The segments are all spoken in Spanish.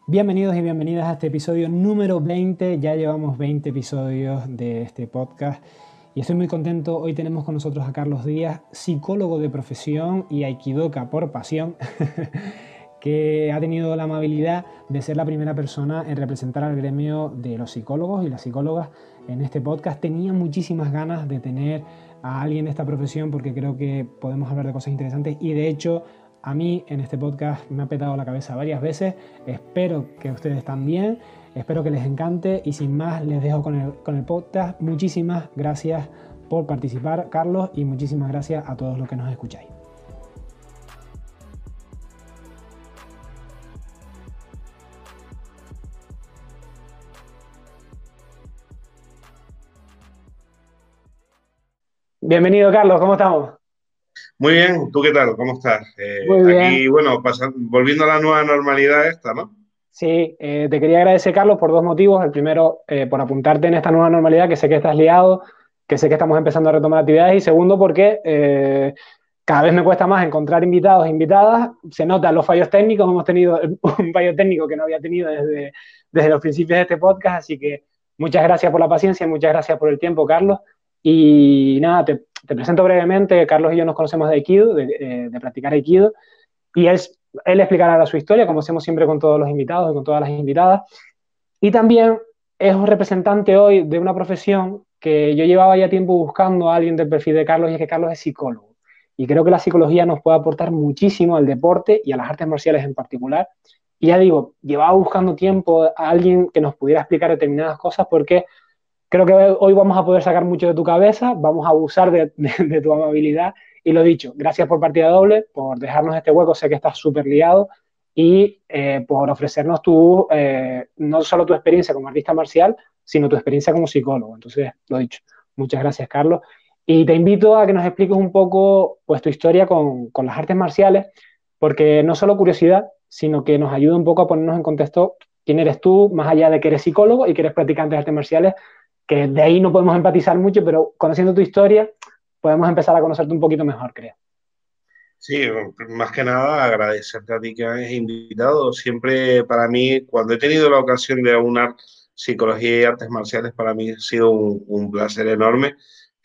Bienvenidos y bienvenidas a este episodio número 20. Ya llevamos 20 episodios de este podcast y estoy muy contento. Hoy tenemos con nosotros a Carlos Díaz, psicólogo de profesión y aikidoka por pasión, que ha tenido la amabilidad de ser la primera persona en representar al gremio de los psicólogos y las psicólogas en este podcast. Tenía muchísimas ganas de tener a alguien de esta profesión porque creo que podemos hablar de cosas interesantes y de hecho a mí en este podcast me ha petado la cabeza varias veces. Espero que ustedes también, espero que les encante y sin más les dejo con el podcast. Muchísimas gracias por participar, Carlos, y muchísimas gracias a todos los que nos escucháis. Bienvenido, Carlos, ¿cómo estamos? Muy bien, ¿tú qué tal? ¿Cómo estás? Muy bien. Aquí, bueno, volviendo a la nueva normalidad esta, ¿no? Sí, te quería agradecer, Carlos, por dos motivos. El primero, por apuntarte en esta nueva normalidad, que sé que estás liado, que sé que estamos empezando a retomar actividades. Y segundo, porque cada vez me cuesta más encontrar invitados e invitadas. Se notan los fallos técnicos. Hemos tenido un fallo técnico que no había tenido desde los principios de este podcast. Así que muchas gracias por la paciencia, muchas gracias por el tiempo, Carlos. Y nada, te presento brevemente. Carlos y yo nos conocemos de Aikido, de practicar Aikido. Y él explicará su historia, como hacemos siempre con todos los invitados y con todas las invitadas. Y también es un representante hoy de una profesión que yo llevaba ya tiempo buscando a alguien del perfil de Carlos, y es que Carlos es psicólogo. Y creo que la psicología nos puede aportar muchísimo al deporte y a las artes marciales en particular. Y ya digo, llevaba buscando tiempo a alguien que nos pudiera explicar determinadas cosas porque creo que hoy vamos a poder sacar mucho de tu cabeza, vamos a abusar de tu amabilidad. Y lo dicho, gracias por partida doble, por dejarnos este hueco, sé que estás súper liado, y por ofrecernos no solo tu experiencia como artista marcial, sino tu experiencia como psicólogo. Entonces, lo dicho, muchas gracias, Carlos. Y te invito a que nos expliques un poco pues, tu historia con las artes marciales, porque no solo curiosidad, sino que nos ayuda un poco a ponernos en contexto quién eres tú, más allá de que eres psicólogo y que eres practicante de artes marciales, que de ahí no podemos empatizar mucho, pero conociendo tu historia podemos empezar a conocerte un poquito mejor, creo. Sí, más que nada agradecerte a ti que me has invitado. Siempre para mí, cuando he tenido la ocasión de aunar psicología y artes marciales, para mí ha sido un placer enorme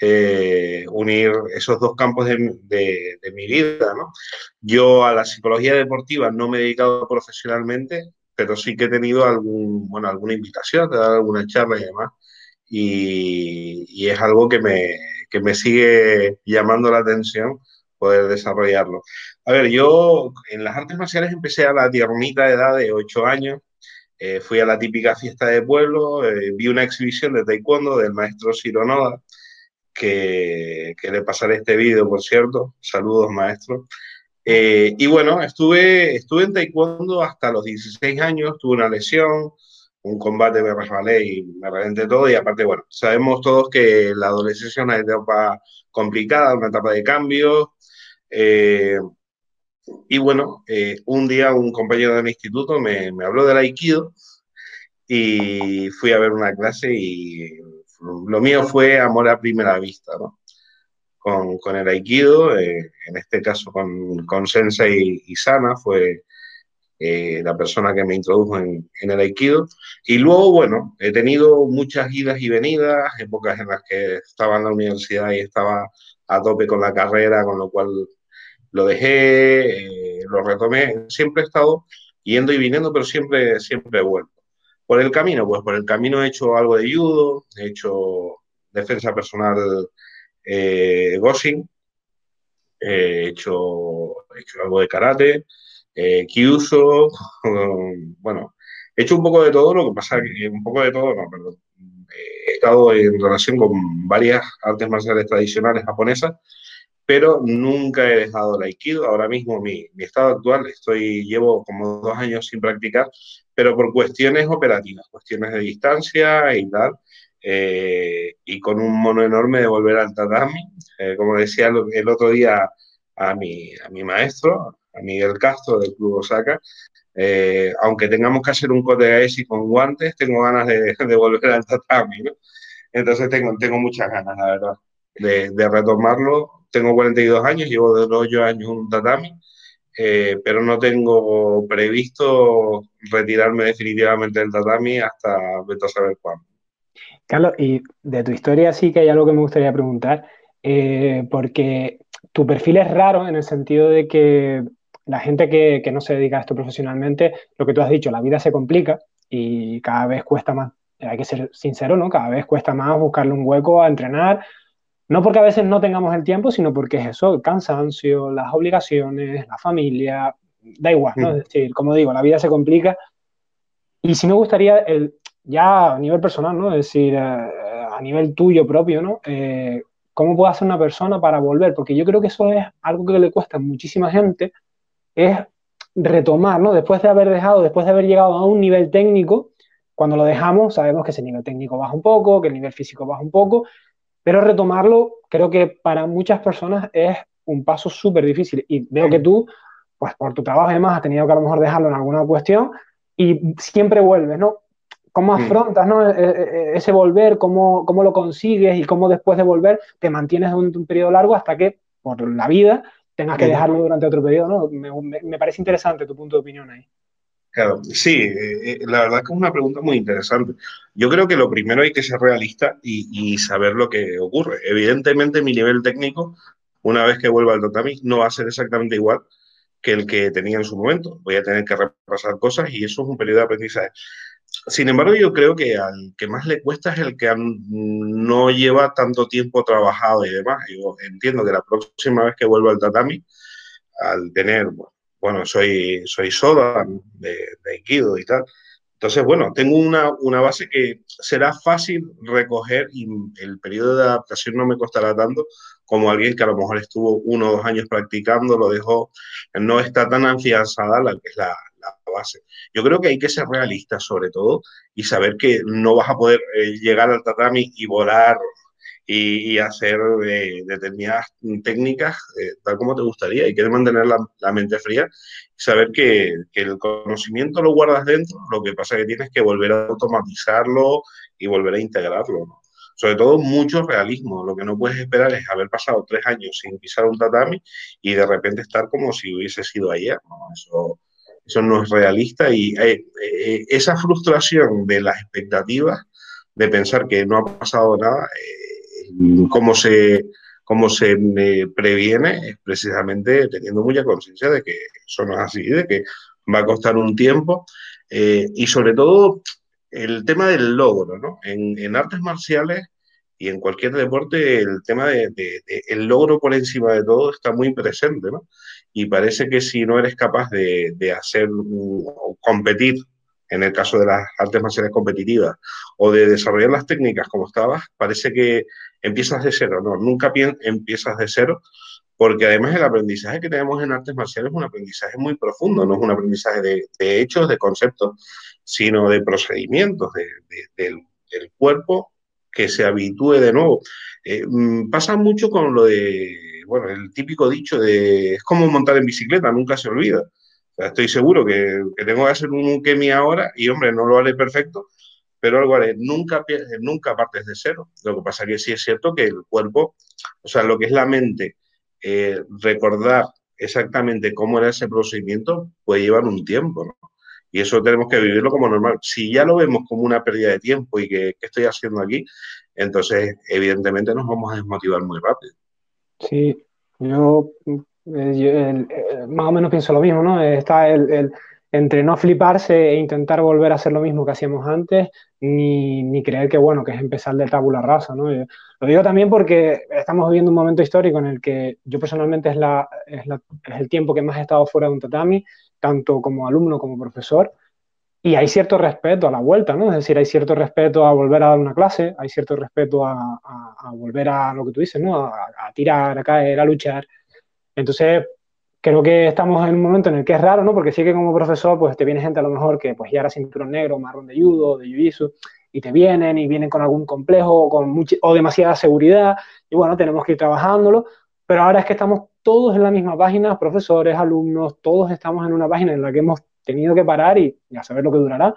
unir esos dos campos de mi vida, ¿no? Yo a la psicología deportiva no me he dedicado profesionalmente, pero sí que he tenido alguna invitación de dar alguna charla y demás. Y es algo que me sigue llamando la atención poder desarrollarlo. A ver, yo en las artes marciales empecé a la tiernita edad de 8 años. Fui a la típica fiesta de pueblo, vi una exhibición de taekwondo del maestro Ciro Noda, que le pasaré este vídeo, por cierto. Saludos, maestro. Y bueno, estuve en taekwondo hasta los 16 años, tuve una lesión, un combate me resbalé y me reventé todo. Y aparte, bueno, sabemos todos que la adolescencia es una etapa complicada, una etapa de cambio. Eh, y bueno, un día un compañero del instituto me habló del Aikido y fui a ver una clase y lo mío fue amor a primera vista, ¿no? Con el Aikido, en este caso con Sensei Isana, fue la persona que me introdujo en el Aikido. Y luego, bueno, he tenido muchas idas y venidas, épocas en las que estaba en la universidad y estaba a tope con la carrera, con lo cual lo dejé, lo retomé. Siempre he estado yendo y viniendo, pero siempre he vuelto. Por el camino, pues por el camino he hecho algo de judo, he hecho defensa personal Goshin, he hecho algo de karate, kyuso, bueno, he hecho un poco de todo, lo que pasa que un poco de todo, no, perdón. He estado en relación con varias artes marciales tradicionales japonesas, pero nunca he dejado el Aikido. Ahora mismo mi estado actual, llevo como 2 años sin practicar, pero por cuestiones operativas, cuestiones de distancia y tal, y con un mono enorme de volver al tatami. Como decía el otro día a mi maestro, a Miguel Castro del Club Osaka, aunque tengamos que hacer un Kotegaeshi con guantes, tengo ganas de volver al tatami, ¿no? Entonces tengo muchas ganas, la verdad, de retomarlo. Tengo 42 años, llevo de 8 años en un tatami, pero no tengo previsto retirarme definitivamente del tatami hasta vete a saber cuándo. Carlos, y de tu historia sí que hay algo que me gustaría preguntar, porque tu perfil es raro en el sentido de que la gente que no se dedica a esto profesionalmente, lo que tú has dicho, la vida se complica y cada vez cuesta más, hay que ser sincero, ¿no? Cada vez cuesta más buscarle un hueco a entrenar, no porque a veces no tengamos el tiempo, sino porque es eso, el cansancio, las obligaciones, la familia, da igual, ¿no? Es Mm. decir, como digo, la vida se complica y sí me gustaría, ya a nivel personal, ¿no? Es decir, a nivel tuyo propio, ¿no? ¿Cómo puede hacer una persona para volver? Porque yo creo que eso es algo que le cuesta a muchísima gente, es retomar, ¿no? Después de haber dejado, después de haber llegado a un nivel técnico, cuando lo dejamos, sabemos que ese nivel técnico baja un poco, que el nivel físico baja un poco, pero retomarlo creo que para muchas personas es un paso súper difícil. Y veo que tú, pues por tu trabajo y demás, has tenido que a lo mejor dejarlo en alguna cuestión y siempre vuelves, ¿no? ¿Cómo Mm. afrontas, ¿no? Ese volver, cómo lo consigues y cómo después de volver te mantienes durante un periodo largo hasta que, por la vida, tengas que Ujú. dejarlo durante otro periodo, ¿no? Me parece interesante tu punto de opinión ahí. Claro, sí, la verdad que es una pregunta muy interesante. Yo creo que lo primero hay que ser realista y saber lo que ocurre. Evidentemente, mi nivel técnico, una vez que vuelva al tatami, no va a ser exactamente igual que el que tenía en su momento. Voy a tener que repasar cosas y eso es un periodo de aprendizaje. Sin embargo, yo creo que al que más le cuesta es el que no lleva tanto tiempo trabajado y demás. Yo entiendo que la próxima vez que vuelva al tatami, al tener, bueno, soy Soda de Aikido y tal. Entonces, bueno, tengo una base que será fácil recoger y el periodo de adaptación no me costará tanto como alguien que a lo mejor estuvo 1 o 2 años practicando, lo dejó, no está tan afianzada la que es la base. Yo creo que hay que ser realista sobre todo y saber que no vas a poder llegar al tatami y volar y hacer determinadas técnicas tal como te gustaría. Hay que mantener la mente fría y saber que el conocimiento lo guardas dentro, lo que pasa es que tienes que volver a automatizarlo y volver a integrarlo, ¿no? Sobre todo mucho realismo. Lo que no puedes esperar es haber pasado 3 años sin pisar un tatami y de repente estar como si hubiese sido ayer, ¿no? Eso no es realista y esa frustración de las expectativas, de pensar que no ha pasado nada, cómo cómo se previene es precisamente teniendo mucha conciencia de que eso no es así, de que va a costar un tiempo y sobre todo el tema del logro, ¿no? En artes marciales y en cualquier deporte el tema el logro por encima de todo está muy presente, ¿no? Y parece que si no eres capaz de hacer o competir, en el caso de las artes marciales competitivas, o de desarrollar las técnicas como estabas, parece que empiezas de cero, no, nunca empiezas de cero, porque además el aprendizaje que tenemos en artes marciales es un aprendizaje muy profundo, no es un aprendizaje de hechos, de conceptos, sino de procedimientos del cuerpo que se habitúe de nuevo. Pasa mucho con lo de, bueno, el típico dicho de es como montar en bicicleta, nunca se olvida. O sea, estoy seguro que tengo que hacer un Ukemi ahora y, hombre, no lo haré perfecto, pero algo haré. Nunca partes de cero. Lo que pasa es que sí es cierto que el cuerpo, o sea, lo que es la mente, recordar exactamente cómo era ese procedimiento puede llevar un tiempo, ¿no? Y eso tenemos que vivirlo como normal. Si ya lo vemos como una pérdida de tiempo y que, ¿qué estoy haciendo aquí? Entonces, evidentemente, nos vamos a desmotivar muy rápido. Sí, yo, más o menos pienso lo mismo, ¿no? Está entre no fliparse e intentar volver a hacer lo mismo que hacíamos antes, ni creer que, bueno, que es empezar de tabula rasa, ¿no? Lo digo también porque estamos viviendo un momento histórico en el que yo personalmente es el tiempo que más he estado fuera de un tatami, tanto como alumno como profesor, y hay cierto respeto a la vuelta, ¿no? Es decir, hay cierto respeto a volver a dar una clase, hay cierto respeto a volver a lo que tú dices, ¿no? A tirar, a caer, a luchar. Entonces, creo que estamos en un momento en el que es raro, ¿no? Porque sí que como profesor, pues te viene gente a lo mejor que pues ya era cinturón negro, marrón de judo, de jiu-jitsu, y te vienen y vienen con algún complejo o demasiada seguridad, y bueno, tenemos que ir trabajándolo, pero ahora es que estamos todos en la misma página, profesores, alumnos, todos estamos en una página en la que hemos tenido que parar y a saber lo que durará.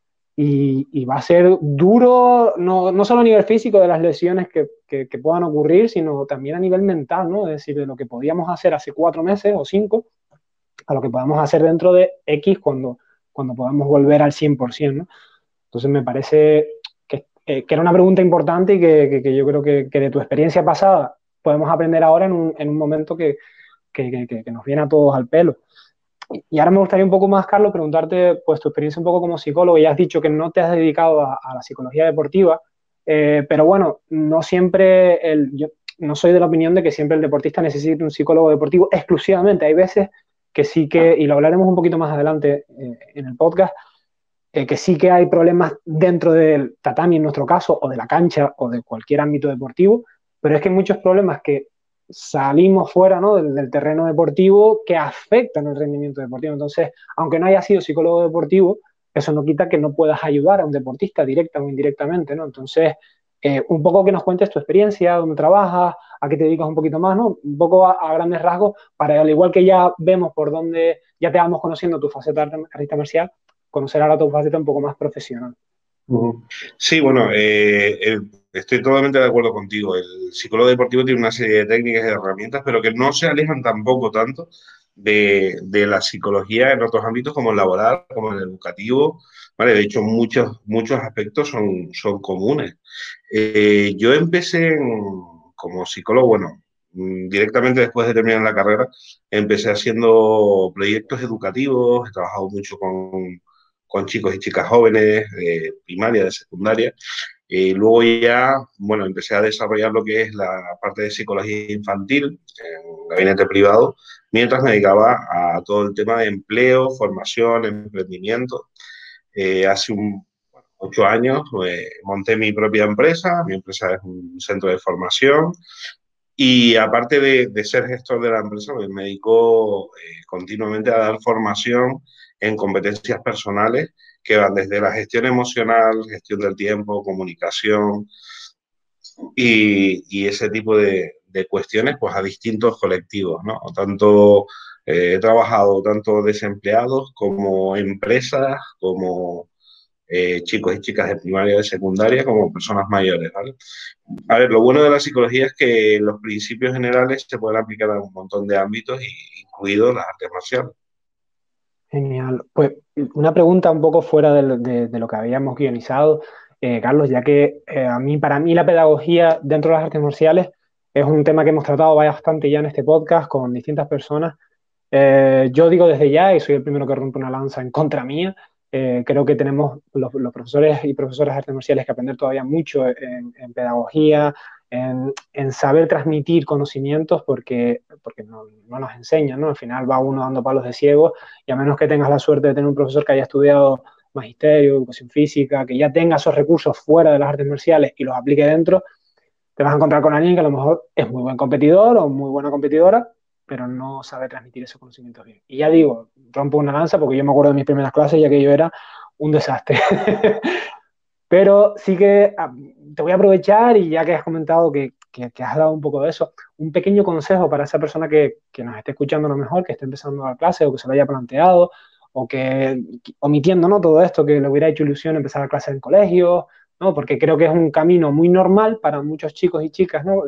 Y va a ser duro, no solo a nivel físico de las lesiones que puedan ocurrir, sino también a nivel mental, ¿no? Es decir, de lo que podíamos hacer hace 4 meses o 5, a lo que podamos hacer dentro de X cuando podamos volver al 100%, ¿no? Entonces me parece que era una pregunta importante y que yo creo que de tu experiencia pasada podemos aprender ahora en un momento que nos viene a todos al pelo. Y ahora me gustaría un poco más, Carlos, preguntarte pues tu experiencia un poco como psicólogo. Ya has dicho que no te has dedicado a la psicología deportiva, pero bueno, no siempre, yo no soy de la opinión de que siempre el deportista necesite un psicólogo deportivo exclusivamente. Hay veces que sí que, y lo hablaremos un poquito más adelante en el podcast, que sí que hay problemas dentro del tatami en nuestro caso, o de la cancha, o de cualquier ámbito deportivo, pero es que hay muchos problemas que salimos fuera, ¿no?, del terreno deportivo que afectan el rendimiento deportivo. Entonces, aunque no hayas sido psicólogo deportivo, eso no quita que no puedas ayudar a un deportista directa o indirectamente, ¿no? Entonces, un poco que nos cuentes tu experiencia, dónde trabajas, a qué te dedicas un poquito más, ¿no? Un poco a grandes rasgos, para al igual que ya vemos por dónde, ya te vamos conociendo tu faceta artista marcial, conocer ahora tu faceta un poco más profesional. Ujú. Sí, bueno, estoy totalmente de acuerdo contigo. El psicólogo deportivo tiene una serie de técnicas y de herramientas, pero que no se alejan tampoco tanto de la psicología en otros ámbitos como el laboral, como el educativo. ¿Vale? De hecho, muchos aspectos son comunes. Yo empecé como psicólogo, bueno, directamente después de terminar la carrera, empecé haciendo proyectos educativos, he trabajado mucho con chicos y chicas jóvenes de primaria, de secundaria. Y luego ya, bueno, empecé a desarrollar lo que es la parte de psicología infantil en un gabinete privado, mientras me dedicaba a todo el tema de empleo, formación, emprendimiento. Hace 8 años monté mi propia empresa, mi empresa es un centro de formación y aparte de ser gestor de la empresa, pues me dedico continuamente a dar formación en competencias personales que van desde la gestión emocional, gestión del tiempo, comunicación y ese tipo de cuestiones pues a distintos colectivos, ¿no? Tanto he trabajado tanto desempleados como empresas, como chicos y chicas de primaria y de secundaria, como personas mayores, ¿vale? A ver, lo bueno de la psicología es que los principios generales se pueden aplicar a un montón de ámbitos, incluidos las artes marciales. Genial. Pues una pregunta un poco fuera de lo que habíamos guionizado, Carlos, ya que para mí la pedagogía dentro de las artes marciales es un tema que hemos tratado bastante ya en este podcast con distintas personas. Yo digo desde ya, y soy el primero que rompe una lanza en contra mía, creo que tenemos los profesores y profesoras de artes marciales que aprender todavía mucho en pedagogía, en saber transmitir conocimientos, porque no nos enseñan, ¿no? Al final va uno dando palos de ciego, y a menos que tengas la suerte de tener un profesor que haya estudiado magisterio, educación física, que ya tenga esos recursos fuera de las artes marciales y los aplique dentro, te vas a encontrar con alguien que a lo mejor es muy buen competidor o muy buena competidora, pero no sabe transmitir esos conocimientos bien. Y ya digo, rompo una lanza porque yo me acuerdo de mis primeras clases ya que yo era un desastre. Pero sí que te voy a aprovechar, y ya que has comentado que has dado un poco de eso, un pequeño consejo para esa persona que nos esté escuchando a lo mejor, que esté empezando la clase o que se lo haya planteado, o que omitiendo, ¿no?, todo esto, que le hubiera hecho ilusión empezar a clase en colegio, ¿no? Porque creo que es un camino muy normal para muchos chicos y chicas, ¿no?,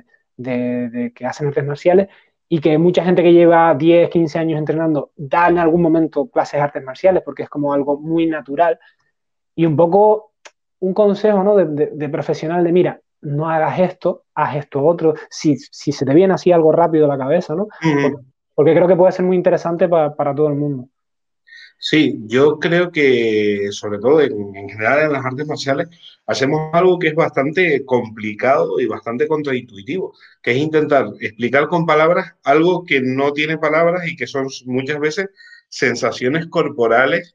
de que hacen artes marciales, y que mucha gente que lleva 10 15 años entrenando da en algún momento clases de artes marciales porque es como algo muy natural. Y un poco un consejo, ¿no?, de profesional de, mira, no hagas esto, haz esto otro, si se te viene así algo rápido a la cabeza, ¿no? Porque, Ujú. porque creo que puede ser muy interesante para todo el mundo. Sí, yo creo que sobre todo en general en las artes marciales hacemos algo que es bastante complicado y bastante contraintuitivo, que es intentar explicar con palabras algo que no tiene palabras y que son muchas veces sensaciones corporales.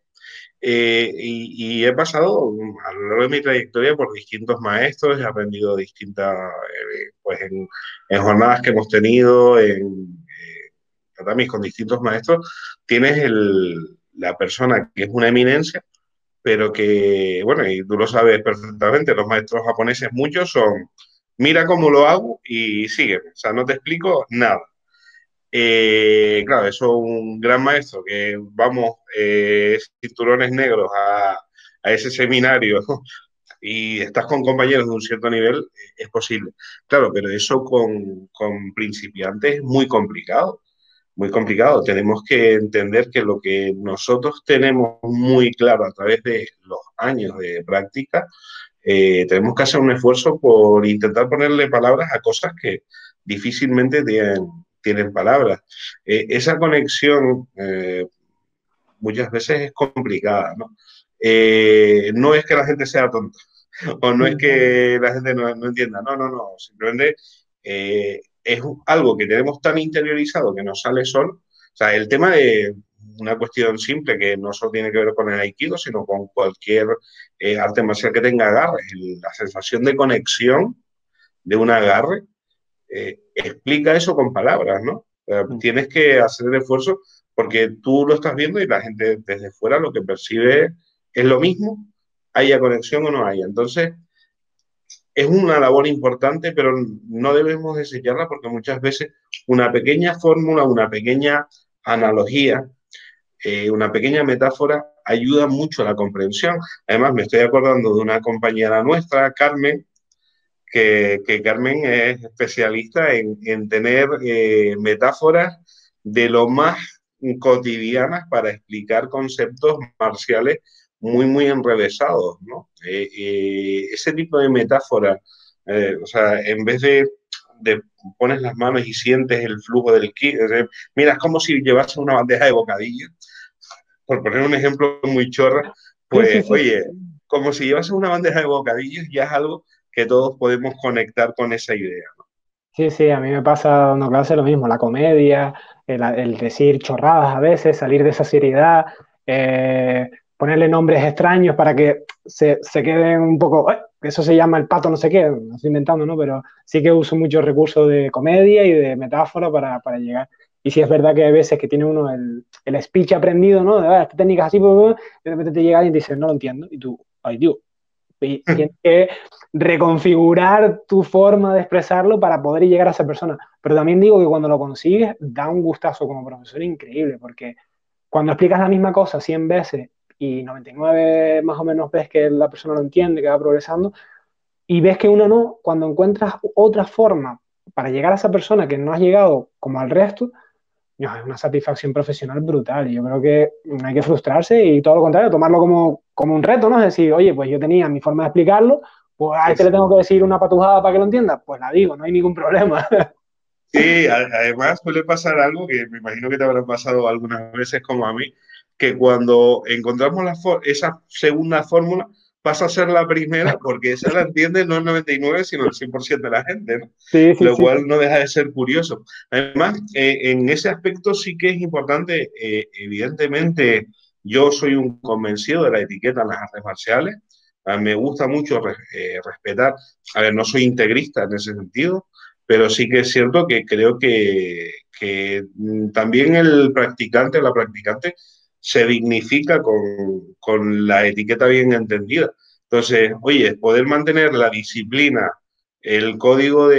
Y he pasado a lo largo de mi trayectoria por distintos maestros, he aprendido distintas, pues en jornadas que hemos tenido, en tatamis con distintos maestros, tienes la persona que es una eminencia, pero que, bueno, y tú lo sabes perfectamente, los maestros japoneses muchos son, mira cómo lo hago y sígueme, o sea, no te explico nada. Claro, eso es un gran maestro que vamos cinturones negros a ese seminario y estás con compañeros de un cierto nivel, es posible. Claro, pero eso con principiantes es muy complicado. muy complicado. Tenemos que entender que lo que nosotros tenemos muy claro a través de los años de práctica, tenemos que hacer un esfuerzo por intentar ponerle palabras a cosas que difícilmente tienen palabras. Esa conexión muchas veces es complicada, ¿no? No es que la gente sea tonta o no es que la gente no entienda, no, simplemente es algo que tenemos tan interiorizado que nos sale solo. O sea, el tema de una cuestión simple que no solo tiene que ver con el aikido, sino con cualquier arte marcial que tenga agarre, la sensación de conexión de un agarre, explica eso con palabras, ¿no? Tienes que hacer el esfuerzo porque tú lo estás viendo y la gente desde fuera lo que percibe es lo mismo, haya conexión o no haya. Entonces, es una labor importante, pero no debemos desecharla porque muchas veces una pequeña fórmula, una pequeña analogía, una pequeña metáfora ayuda mucho a la comprensión. Además, me estoy acordando de una compañera nuestra, Carmen, que Carmen es especialista en tener metáforas de lo más cotidianas para explicar conceptos marciales muy enrevesados, ¿no? Ese tipo de metáfora, o sea, en vez de pones las manos y sientes el flujo del ki, mira, es como si llevase una bandeja de bocadillos, por poner un ejemplo muy chorra, Sí, sí, pues sí, oye, sí. como si llevase una bandeja de bocadillos, ya es algo que todos podemos conectar con esa idea, ¿no? Sí, sí, a mí me pasa dando clase lo mismo, la comedia, el decir chorradas a veces, salir de esa seriedad, ponerle nombres extraños para que se queden un poco, eso se llama el pato no sé qué, lo estoy inventando, ¿no? Pero sí que uso muchos recursos de comedia y de metáfora para llegar. Y sí es verdad que hay veces que tiene uno el speech aprendido, ¿no? De estas técnicas así, de repente te llega alguien y te dice, no lo entiendo, y tú, ay, Dios, y tienes que reconfigurar tu forma de expresarlo para poder llegar a esa persona. Pero también digo que cuando lo consigues, da un gustazo como profesor increíble, porque cuando explicas la misma cosa 100 veces y 99 más o menos ves que la persona lo entiende, que va progresando, y ves que uno no, cuando encuentras otra forma para llegar a esa persona que no has llegado como al resto, no, es una satisfacción profesional brutal y yo creo que no hay que frustrarse y todo lo contrario, tomarlo como un reto, ¿no? Es decir, oye, pues yo tenía mi forma de explicarlo, pues a Sí, este le sí. tengo que decir una patujada para que lo entienda, pues la digo, no hay ningún problema. Sí, además suele pasar algo que me imagino que te habrá pasado algunas veces como a mí, que cuando encontramos esa segunda fórmula pasa a ser la primera porque esa la entiende no el 99, sino el 100% de la gente, ¿no? Sí, sí, Lo sí, cual sí. no deja de ser curioso. Además, en ese aspecto sí que es importante, evidentemente, yo soy un convencido de la etiqueta en las artes marciales. Me gusta mucho respetar, a ver, no soy integrista en ese sentido, pero sí que es cierto que creo que también el practicante o la practicante se dignifica con la etiqueta bien entendida. Entonces, oye, poder mantener la disciplina, el código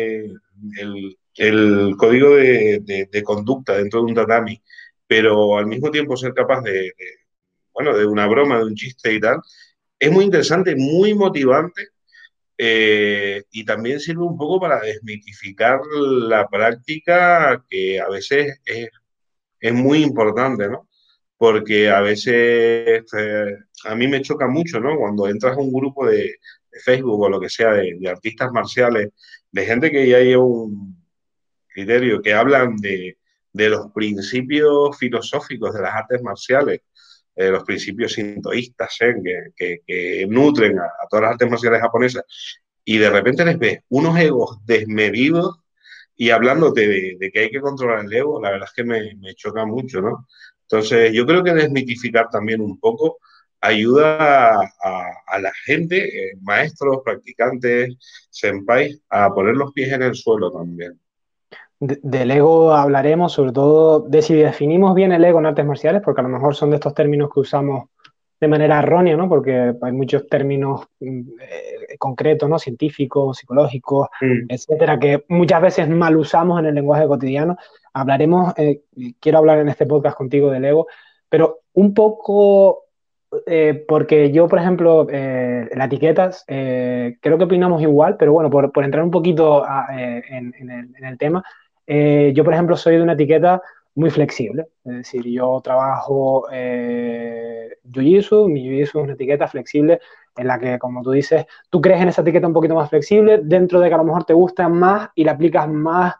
el código de conducta dentro de un tatami, pero al mismo tiempo ser capaz bueno, de una broma, de un chiste y tal, es muy interesante, muy motivante, y también sirve un poco para desmitificar la práctica, que a veces es muy importante, ¿no? Porque a veces a mí me choca mucho, ¿no? Cuando entras a un grupo de Facebook o lo que sea de artistas marciales, de gente que ya lleva un criterio, que hablan de los principios filosóficos de las artes marciales, los principios sintoístas, que nutren a todas las artes marciales japonesas, y de repente les ves unos egos desmedidos y hablándote de que hay que controlar el ego, la verdad es que me choca mucho, ¿no? Entonces, yo creo que desmitificar también un poco ayuda a la gente, maestros, practicantes, senpais, a poner los pies en el suelo también. Del ego hablaremos, sobre todo de si definimos bien el ego en artes marciales, porque a lo mejor son de estos términos que usamos de manera errónea, ¿no? Porque hay muchos términos concretos, ¿no? Científicos, psicológicos, Mm. etcétera, que muchas veces mal usamos en el lenguaje cotidiano. Hablaremos, quiero hablar en este podcast contigo del ego, pero un poco, porque yo, por ejemplo, las etiquetas, creo que opinamos igual, pero bueno, por entrar un poquito en el tema, yo, por ejemplo, soy de una etiqueta muy flexible. Es decir, yo trabajo Jiu-Jitsu, mi Jiu-Jitsu es una etiqueta flexible en la que, como tú dices, tú crees en esa etiqueta un poquito más flexible, dentro de que a lo mejor te gusta más y la aplicas más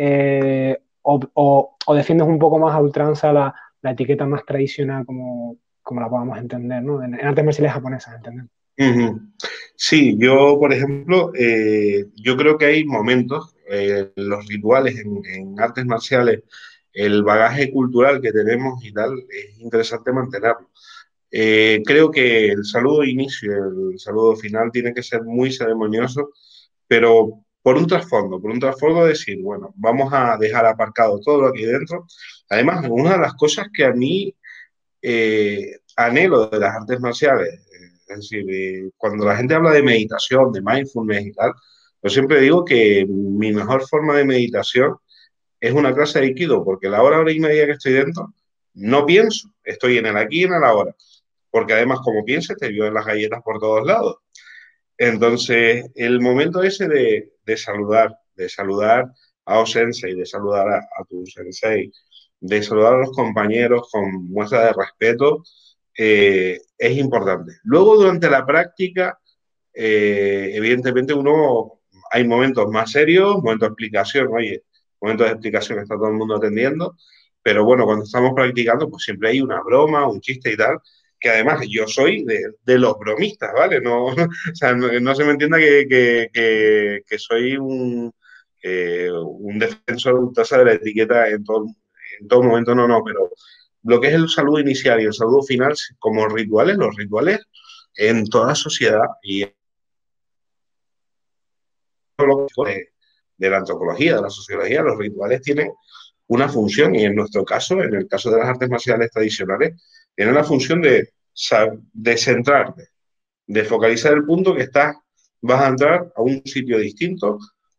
o defiendes un poco más a ultranza la etiqueta más tradicional como la podamos entender, ¿no? En artes marciales japonesas, ¿entendemos? Ujú. Sí, yo, por ejemplo, yo creo que hay momentos, los rituales en artes marciales, el bagaje cultural que tenemos y tal, es interesante mantenerlo. Creo que el saludo de inicio y el saludo final tiene que ser muy ceremonioso, pero por un trasfondo de decir, bueno, vamos a dejar aparcado todo lo aquí dentro. Además, una de las cosas que a mí anhelo de las artes marciales. Es decir, cuando la gente habla de meditación, de mindfulness y tal, yo siempre digo que mi mejor forma de meditación es una clase de Aikido, porque la hora y media que estoy dentro, no pienso, estoy en el aquí y en el ahora. Porque además, como pienses, te llueven las galletas por todos lados. Entonces, el momento ese de saludar a O-Sensei, de saludar a tu sensei, de saludar a los compañeros con muestra de respeto, es importante. Luego, durante la práctica, evidentemente hay momentos más serios, momentos de explicación, oye, momentos de explicación está todo el mundo atendiendo, pero bueno, cuando estamos practicando, pues siempre hay una broma, un chiste y tal, que además yo soy de los bromistas, ¿vale? No, o sea, no se me entienda que soy un defensor ultrasa de la etiqueta en todo momento, no, no, pero lo que es el saludo inicial y el saludo final, como rituales, los rituales en toda sociedad y de la antropología, de la sociología, los rituales tienen una función y en nuestro caso, en el caso de las artes marciales tradicionales, tienen la función de centrarte, de focalizar el punto que vas a entrar a un sitio distinto,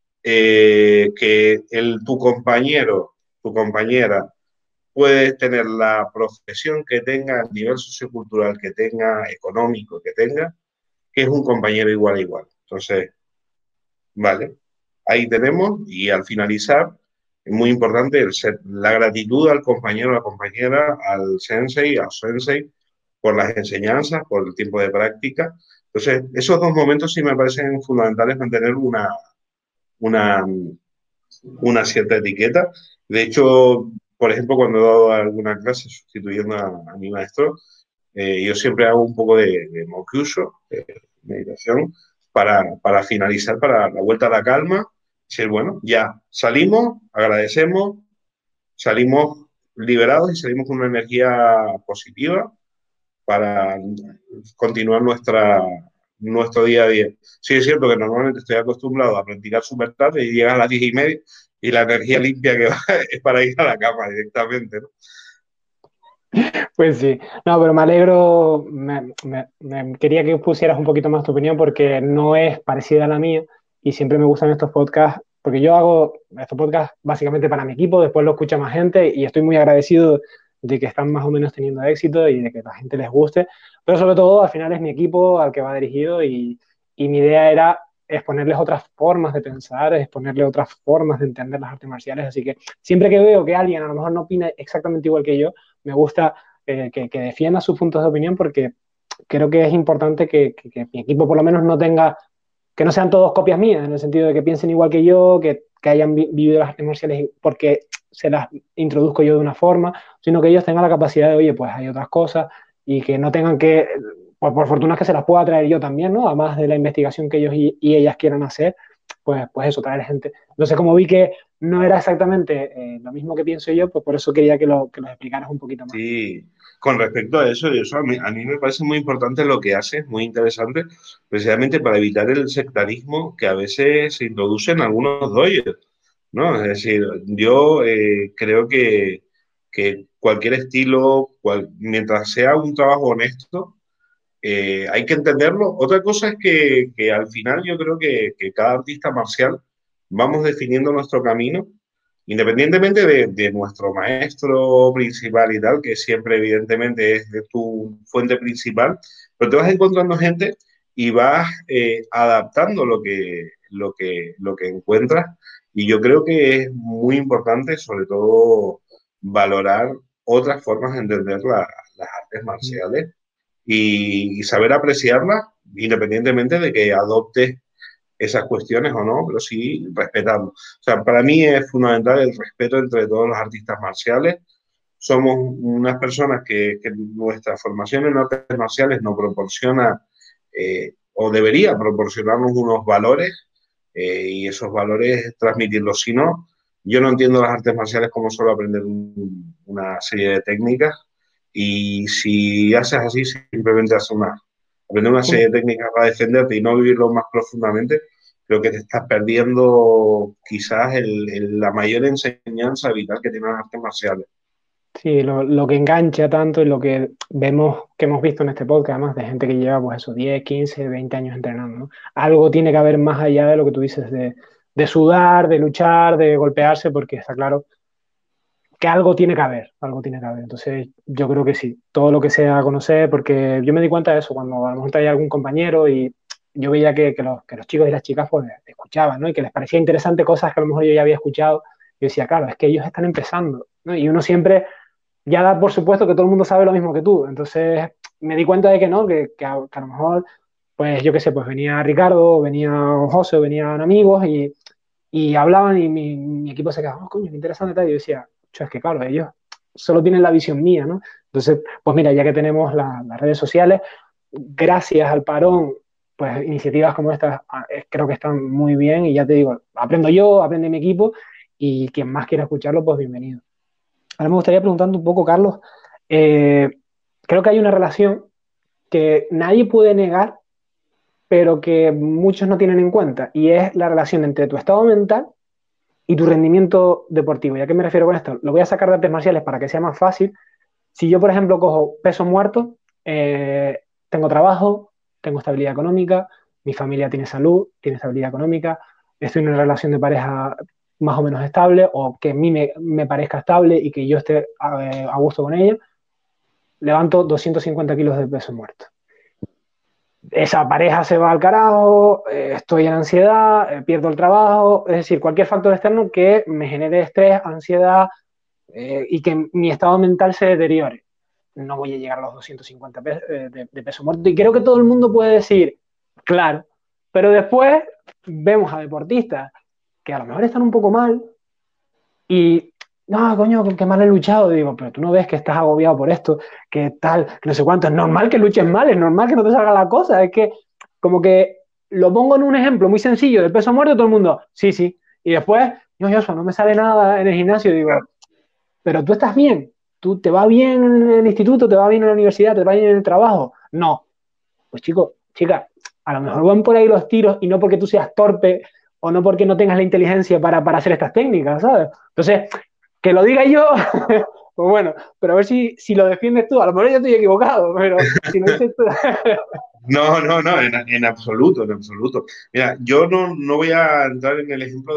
que tu compañero, tu compañera puede tener la profesión que tenga, el nivel sociocultural que tenga, económico que tenga, que es un compañero igual a igual. Entonces, vale, ahí tenemos y al finalizar es muy importante la gratitud al compañero, a la compañera, al sensei, al sensei, por las enseñanzas, por el tiempo de práctica. Entonces, esos dos momentos sí me parecen fundamentales mantener una, una cierta etiqueta. De hecho, por ejemplo, cuando he dado alguna clase sustituyendo a mi maestro, yo siempre hago un poco de mokyusho, meditación, para finalizar, para la vuelta a la calma. Decir, bueno, ya salimos, agradecemos, salimos liberados y salimos con una energía positiva para continuar nuestro día a día. Sí, es cierto que normalmente estoy acostumbrado a practicar súper tarde y llegas a las 10:30 y la energía limpia que va es para ir a la cama directamente, ¿no? Pues sí, no, pero me alegro, quería que pusieras un poquito más tu opinión porque no es parecida a la mía y siempre me gustan estos podcasts, porque yo hago estos podcasts básicamente para mi equipo, después lo escucha más gente y estoy muy agradecido de que están más o menos teniendo éxito y de que la gente les guste, pero sobre todo al final es mi equipo al que va dirigido y mi idea era exponerles otras formas de pensar, exponerles otras formas de entender las artes marciales, así que siempre que veo que alguien a lo mejor no opina exactamente igual que yo, me gusta que defienda sus puntos de opinión porque creo que es importante que mi equipo por lo menos no tenga, que no sean todos copias mías, en el sentido de que piensen igual que yo, que hayan vivido las artes marciales porque se las introduzco yo de una forma, sino que ellos tengan la capacidad de, oye, pues hay otras cosas y que no tengan que, pues por fortuna que se las pueda traer yo también, ¿no? Además de la investigación que ellos y ellas quieran hacer, pues eso, traer gente. Entonces, como vi que no era exactamente lo mismo que pienso yo, pues por eso quería que lo explicaras un poquito más. Sí, con respecto a eso a mí me parece muy importante lo que haces, muy interesante, precisamente para evitar el sectarismo que a veces se introduce en algunos doyos, ¿no? Es decir, yo creo que cualquier estilo, mientras sea un trabajo honesto, hay que entenderlo. Otra cosa es que al final yo creo que cada artista marcial vamos definiendo nuestro camino, independientemente de nuestro maestro principal y tal, que siempre evidentemente es de tu fuente principal, pero te vas encontrando gente y vas adaptando lo que encuentras. Y yo creo que es muy importante, sobre todo valorar otras formas de entender las artes marciales y saber apreciarlas independientemente de que adoptes esas cuestiones o no, pero sí respetando. O sea, para mí es fundamental el respeto entre todos los artistas marciales. Somos unas personas que nuestra formación en artes marciales nos proporciona o debería proporcionarnos unos valores y esos valores transmitirlos. Si no, yo no entiendo las artes marciales como solo aprender una serie de técnicas y si haces así, simplemente haces aprender una serie de técnicas para defenderte y no vivirlo más profundamente, creo que te estás perdiendo quizás la mayor enseñanza vital que tienen las artes marciales. Sí, lo que engancha tanto y lo que vemos, que hemos visto en este podcast, además de gente que lleva pues eso, 10, 15, 20 años entrenando, ¿no? Algo tiene que haber más allá de lo que tú dices de sudar, de luchar, de golpearse, porque está claro que algo tiene que haber, algo tiene que haber. Entonces, yo creo que sí, todo lo que sea conocer, porque yo me di cuenta de eso cuando a lo mejor traía algún compañero y yo veía que los chicos y las chicas pues escuchaban, ¿no? Y que les parecía interesante cosas que a lo mejor yo ya había escuchado. Yo decía, claro, es que ellos están empezando, ¿no? Y uno siempre ya da por supuesto que todo el mundo sabe lo mismo que tú. Entonces, me di cuenta de que no, que a lo mejor, pues yo qué sé, pues venía Ricardo, venía José, venían amigos y hablaban y mi equipo se quedaba, oh, coño, qué interesante tal. Y yo decía, es que claro, ellos solo tienen la visión mía, ¿no? Entonces, pues mira, ya que tenemos las redes sociales, gracias al parón, pues iniciativas como estas creo que están muy bien y ya te digo, aprendo yo, aprende mi equipo y quien más quiera escucharlo, pues bienvenido. Ahora me gustaría preguntarte un poco, Carlos, eh, creo que hay una relación que nadie puede negar, pero que muchos no tienen en cuenta, y es la relación entre tu estado mental y tu rendimiento deportivo. ¿Y a qué me refiero con esto? Lo voy a sacar de artes marciales para que sea más fácil. Si yo, por ejemplo, cojo peso muerto, tengo trabajo, tengo estabilidad económica, mi familia tiene salud, tiene estabilidad económica, estoy en una relación de pareja más o menos estable o que a mí me parezca estable y que yo esté a gusto con ella, levanto 250 kilos de peso muerto. Esa pareja se va al carajo, estoy en ansiedad, pierdo el trabajo, es decir, cualquier factor externo que me genere estrés, ansiedad, y que mi estado mental se deteriore. No voy a llegar a los 250 de peso muerto. Y creo que todo el mundo puede decir, claro, pero después vemos a deportistas que a lo mejor están un poco mal y, no, coño, que mal he luchado. Y digo, pero tú no ves que estás agobiado por esto, que tal, que no sé cuánto. Es normal que luches mal, es normal que no te salga la cosa. Es que, como que lo pongo en un ejemplo muy sencillo del peso muerto, todo el mundo, sí, sí. Y después, yo, no me sale nada en el gimnasio. Digo, pero tú estás bien, tú te va bien en el instituto, te va bien en la universidad, te va bien en el trabajo. No, pues chico, chica, a lo mejor van por ahí los tiros y no porque tú seas torpe o no porque no tengas la inteligencia para hacer estas técnicas, ¿sabes? Entonces, que lo diga yo, pues bueno, pero a ver si lo defiendes tú. A lo mejor yo estoy equivocado, pero si lo dices tú. No, no, no, en absoluto, en absoluto. Mira, yo no voy a entrar en el ejemplo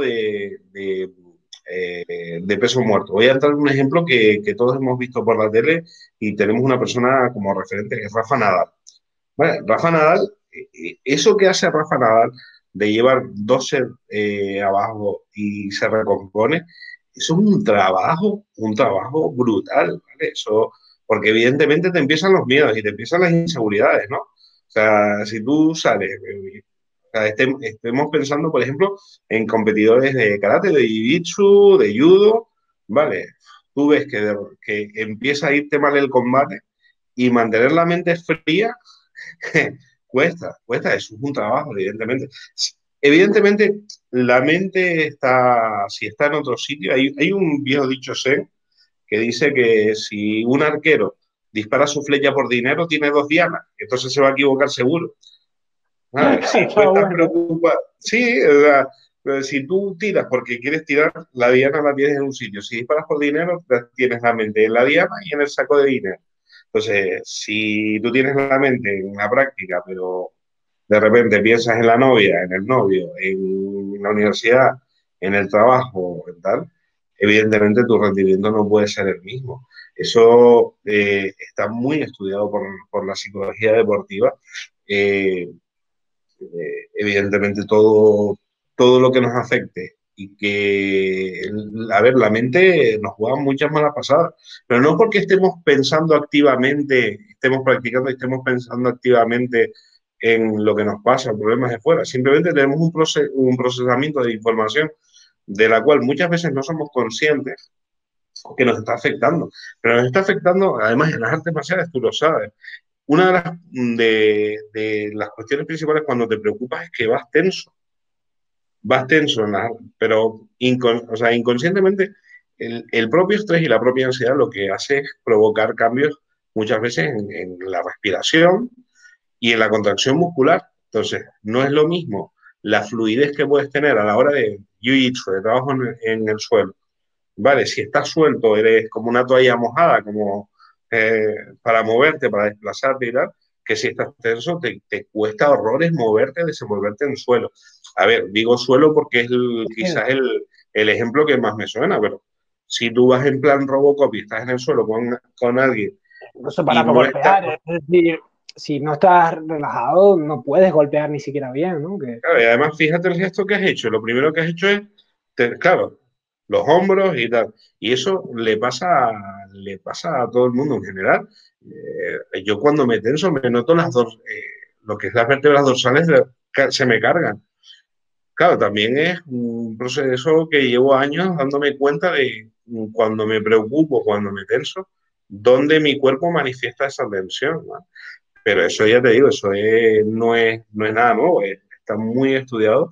de peso muerto. Voy a entrar en un ejemplo que todos hemos visto por la tele y tenemos una persona como referente, que es Rafa Nadal. Vale, Rafa Nadal, eso que hace Rafa Nadal de llevar 12 abajo y se recompone, eso es un trabajo brutal, ¿vale? Eso, porque evidentemente te empiezan los miedos y te empiezan las inseguridades, ¿no? O sea, si tú sales, o sea, estemos pensando, por ejemplo, en competidores de karate, de jiu-jitsu, de judo, ¿vale? Tú ves que empieza a irte mal el combate y mantener la mente fría cuesta, eso es un trabajo, evidentemente. Evidentemente, la mente está, si está en otro sitio, hay un viejo dicho zen que dice que si un arquero dispara su flecha por dinero, tiene dos dianas, entonces se va a equivocar seguro. Si tú estás Bueno, preocupado, sí, o sea, pero si tú tiras porque quieres tirar, la diana la tienes en un sitio. Si disparas por dinero, tienes la mente en la diana y en el saco de dinero. Entonces, si tú tienes la mente en la práctica, pero de repente piensas en la novia, en el novio, en la universidad, en el trabajo, en tal, evidentemente tu rendimiento no puede ser el mismo. Eso está muy estudiado por la psicología deportiva. Eh, evidentemente todo lo que nos afecte y que, a ver, la mente nos juega muchas malas pasadas, pero no porque estemos pensando activamente, estemos practicando y estemos pensando activamente en lo que nos pasa, problemas de fuera, simplemente tenemos un procesamiento de información de la cual muchas veces no somos conscientes que nos está afectando, pero nos está afectando, además en las artes marciales, tú lo sabes. Una de las cuestiones principales cuando te preocupas es que vas tenso, pero o sea, inconscientemente el propio estrés y la propia ansiedad lo que hace es provocar cambios muchas veces en la respiración y en la contracción muscular. Entonces, no es lo mismo la fluidez que puedes tener a la hora de jiu-jitsu, de trabajo en el suelo. Vale, si estás suelto, eres como una toalla mojada, como para moverte, para desplazarte y tal, que si estás tenso, te cuesta horrores moverte, desenvolverte en el suelo. A ver, digo suelo porque es Sí. quizás el ejemplo que más me suena, pero si tú vas en plan Robocop y estás en el suelo con alguien Incluso y para no estás, golpear, es decir, si no estás relajado, no puedes golpear ni siquiera bien, ¿no? Que, claro, y además fíjate el gesto que has hecho, lo primero que has hecho es, claro, los hombros y tal, y eso le pasa a todo el mundo en general. Yo cuando me tenso me noto lo que es las vértebras dorsales se me cargan. Claro, también es un proceso que llevo años dándome cuenta de cuando me preocupo, cuando me tenso, dónde mi cuerpo manifiesta esa tensión, ¿no? Pero eso ya te digo, no es nada nuevo, está muy estudiado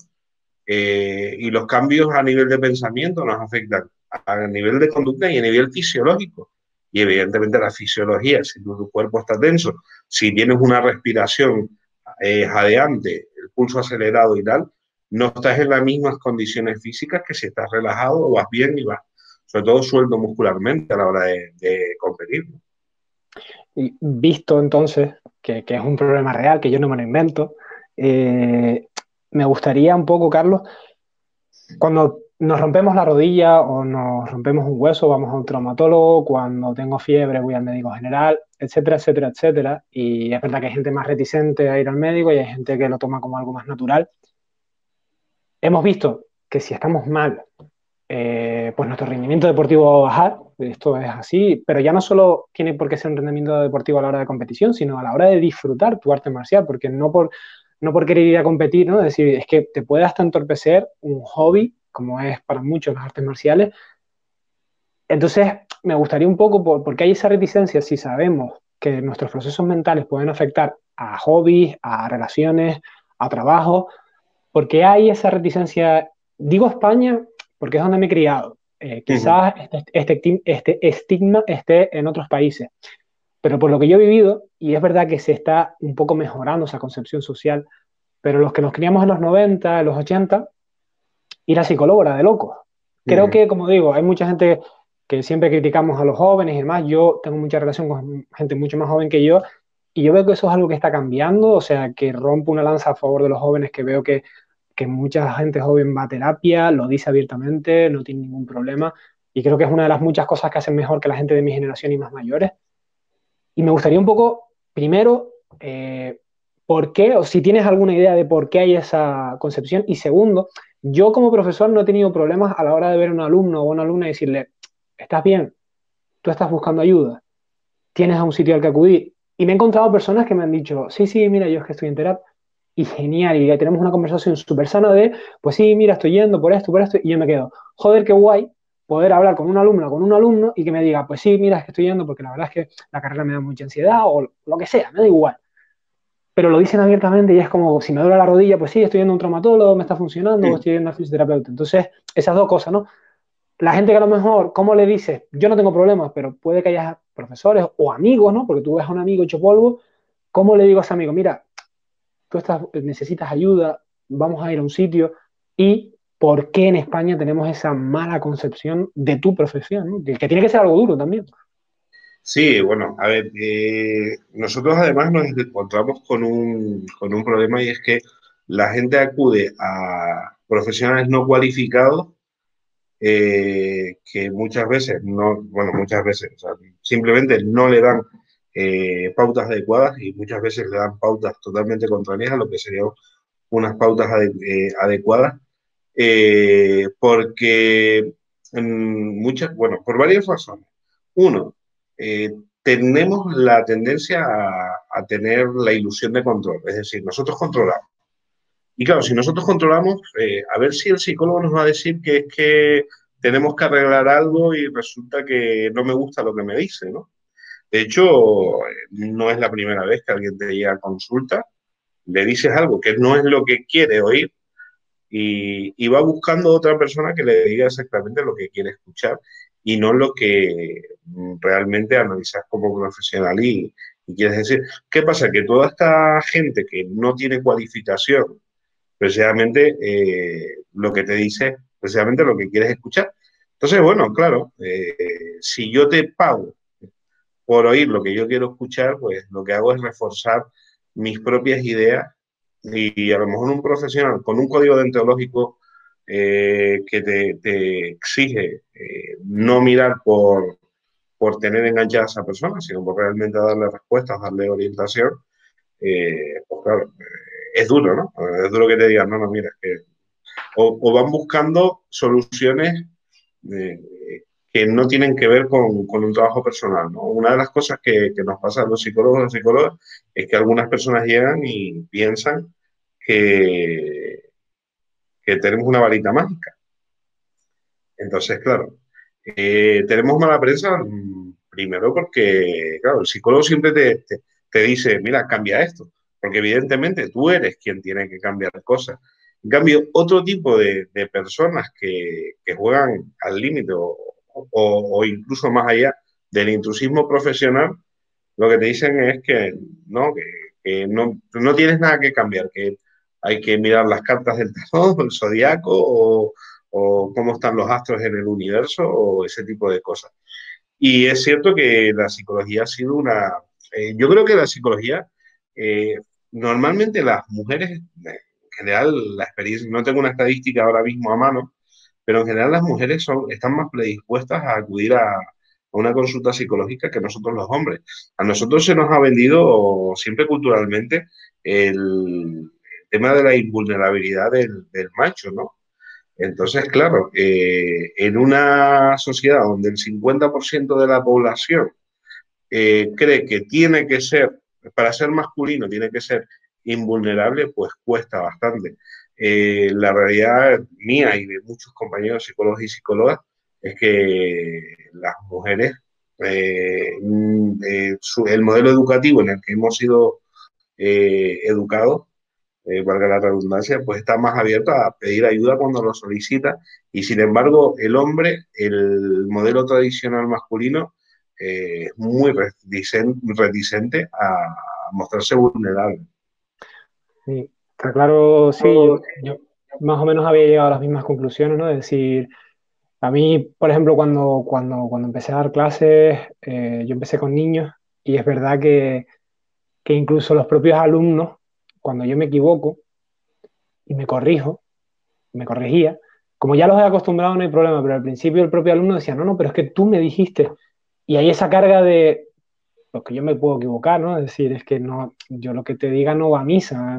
y los cambios a nivel de pensamiento nos afectan a nivel de conducta y a nivel fisiológico. Y evidentemente la fisiología, si tu cuerpo está tenso, si tienes una respiración jadeante, el pulso acelerado y tal, no estás en las mismas condiciones físicas que si estás relajado o vas bien y vas, sobre todo suelto muscularmente a la hora de competir. y visto entonces que es un problema real, que yo no me lo invento, me gustaría un poco, Carlos, cuando nos rompemos la rodilla o nos rompemos un hueso, vamos a un traumatólogo, cuando tengo fiebre voy al médico general, etcétera, etcétera, etcétera. Y es verdad que hay gente más reticente a ir al médico y hay gente que lo toma como algo más natural. Hemos visto que si estamos mal, pues nuestro rendimiento deportivo va a bajar, esto es así, pero ya no solo tiene por qué ser un rendimiento deportivo a la hora de competición, sino a la hora de disfrutar tu arte marcial, porque no por querer ir a competir, ¿no? Es decir, es que te puede hasta entorpecer un hobby, como es para muchos las artes marciales. Entonces, me gustaría un poco, porque hay esa reticencia, si sabemos que nuestros procesos mentales pueden afectar a hobbies, a relaciones, a trabajo, porque hay esa reticencia, digo España, porque es donde me he criado. Uh -huh. Quizás este estigma esté en otros países, pero por lo que yo he vivido, y es verdad que se está un poco mejorando esa concepción social, pero los que nos criamos en los 90, en los 80, ir a psicólogo era de locos. Uh Creo -huh. que, como digo, hay mucha gente que siempre criticamos a los jóvenes y demás. Yo tengo mucha relación con gente mucho más joven que yo y yo veo que eso es algo que está cambiando, o sea, que rompo una lanza a favor de los jóvenes, que veo que mucha gente joven va a terapia, lo dice abiertamente, no tiene ningún problema y creo que es una de las muchas cosas que hacen mejor que la gente de mi generación y más mayores. Y me gustaría un poco, primero, por qué, o si tienes alguna idea de por qué hay esa concepción. Y segundo, yo como profesor no he tenido problemas a la hora de ver a un alumno o una alumna y decirle, estás bien, tú estás buscando ayuda, tienes a un sitio al que acudir. Y me he encontrado personas que me han dicho, sí, sí, mira, yo es que estoy en terapia. Y genial, y ya tenemos una conversación súper sana de, pues sí, mira, estoy yendo por esto, y yo me quedo, joder, qué guay poder hablar con un alumno o con un alumno y que me diga, pues sí, mira, es que estoy yendo porque la verdad es que la carrera me da mucha ansiedad o lo que sea, me da igual. Pero lo dicen abiertamente y es como, si me duele la rodilla, pues sí, estoy yendo a un traumatólogo, me está funcionando, o estoy yendo a un fisioterapeuta. Entonces, esas dos cosas, ¿no? La gente que a lo mejor, ¿cómo le dices? Yo no tengo problemas, pero puede que haya profesores o amigos, ¿no? Porque tú ves a un amigo hecho polvo, ¿cómo le digo a ese amigo? Mira, necesitas ayuda, vamos a ir a un sitio, y por qué en España tenemos esa mala concepción de tu profesión, ¿no? Que tiene que ser algo duro también. Sí, bueno, a ver, nosotros además nos encontramos con un problema y es que la gente acude a profesionales no cualificados que muchas veces no, bueno, muchas veces, o sea, simplemente no le dan pautas adecuadas y muchas veces le dan pautas totalmente contrarias a lo que serían unas pautas adecuadas porque bueno, por varias razones. Uno, tenemos la tendencia a tener la ilusión de control, es decir, nosotros controlamos. Y claro, si nosotros controlamos, a ver si el psicólogo nos va a decir que es que tenemos que arreglar algo y resulta que no me gusta lo que me dice, ¿no? De hecho, no es la primera vez que alguien te llega a consulta, le dices algo que no es lo que quiere oír y va buscando otra persona que le diga exactamente lo que quiere escuchar y no lo que realmente analizas como profesional y quieres decir. ¿Qué pasa? Que toda esta gente que no tiene cualificación, precisamente lo que te dice, precisamente lo que quieres escuchar. Entonces, bueno, claro, si yo te pago por oír lo que yo quiero escuchar, pues lo que hago es reforzar mis propias ideas y a lo mejor un profesional con un código deontológico que te exige no mirar por tener enganchada a esa persona, sino por realmente darle respuestas, darle orientación, pues claro, es duro, ¿no? Es duro que te digan, no, no, mira, es que o van buscando soluciones eh, que no tienen que ver con un trabajo personal, ¿no? Una de las cosas que nos pasa a los psicólogos y las psicólogas es que algunas personas llegan y piensan que, que tenemos una varita mágica. Entonces, claro, tenemos mala prensa primero porque, claro, el psicólogo siempre te dice, mira, cambia esto, porque evidentemente tú eres quien tiene que cambiar cosas. En cambio, otro tipo de personas que juegan al límite o incluso más allá del intrusismo profesional, lo que te dicen es que no tienes nada que cambiar, que hay que mirar las cartas del tarot, el zodiaco o cómo están los astros en el universo o ese tipo de cosas. Y es cierto que la psicología ha sido yo creo que la psicología, eh, normalmente las mujeres, en general, la experiencia, no tengo una estadística ahora mismo a mano, pero en general las mujeres están más predispuestas a acudir a una consulta psicológica que nosotros los hombres. A nosotros se nos ha vendido siempre culturalmente el tema de la invulnerabilidad del macho, ¿no? Entonces, claro, en una sociedad donde el 50% de la población cree que tiene que ser, para ser masculino, tiene que ser invulnerable, pues cuesta bastante. La realidad mía y de muchos compañeros psicólogos y psicólogas es que las mujeres, el modelo educativo en el que hemos sido educados, valga la redundancia, pues está más abierto a pedir ayuda cuando lo solicita y sin embargo el hombre, el modelo tradicional masculino, es muy reticente a mostrarse vulnerable. Sí, está claro, sí, yo más o menos había llegado a las mismas conclusiones, ¿no? Es decir, a mí, por ejemplo, cuando empecé a dar clases, yo empecé con niños y es verdad que incluso los propios alumnos, cuando yo me equivoco y me corrijo, me corregía, como ya los he acostumbrado no hay problema, pero al principio el propio alumno decía, no, no, pero es que tú me dijiste, y hay esa carga de, pues que yo me puedo equivocar, ¿no? Es decir, es que no, yo lo que te diga no va a misa,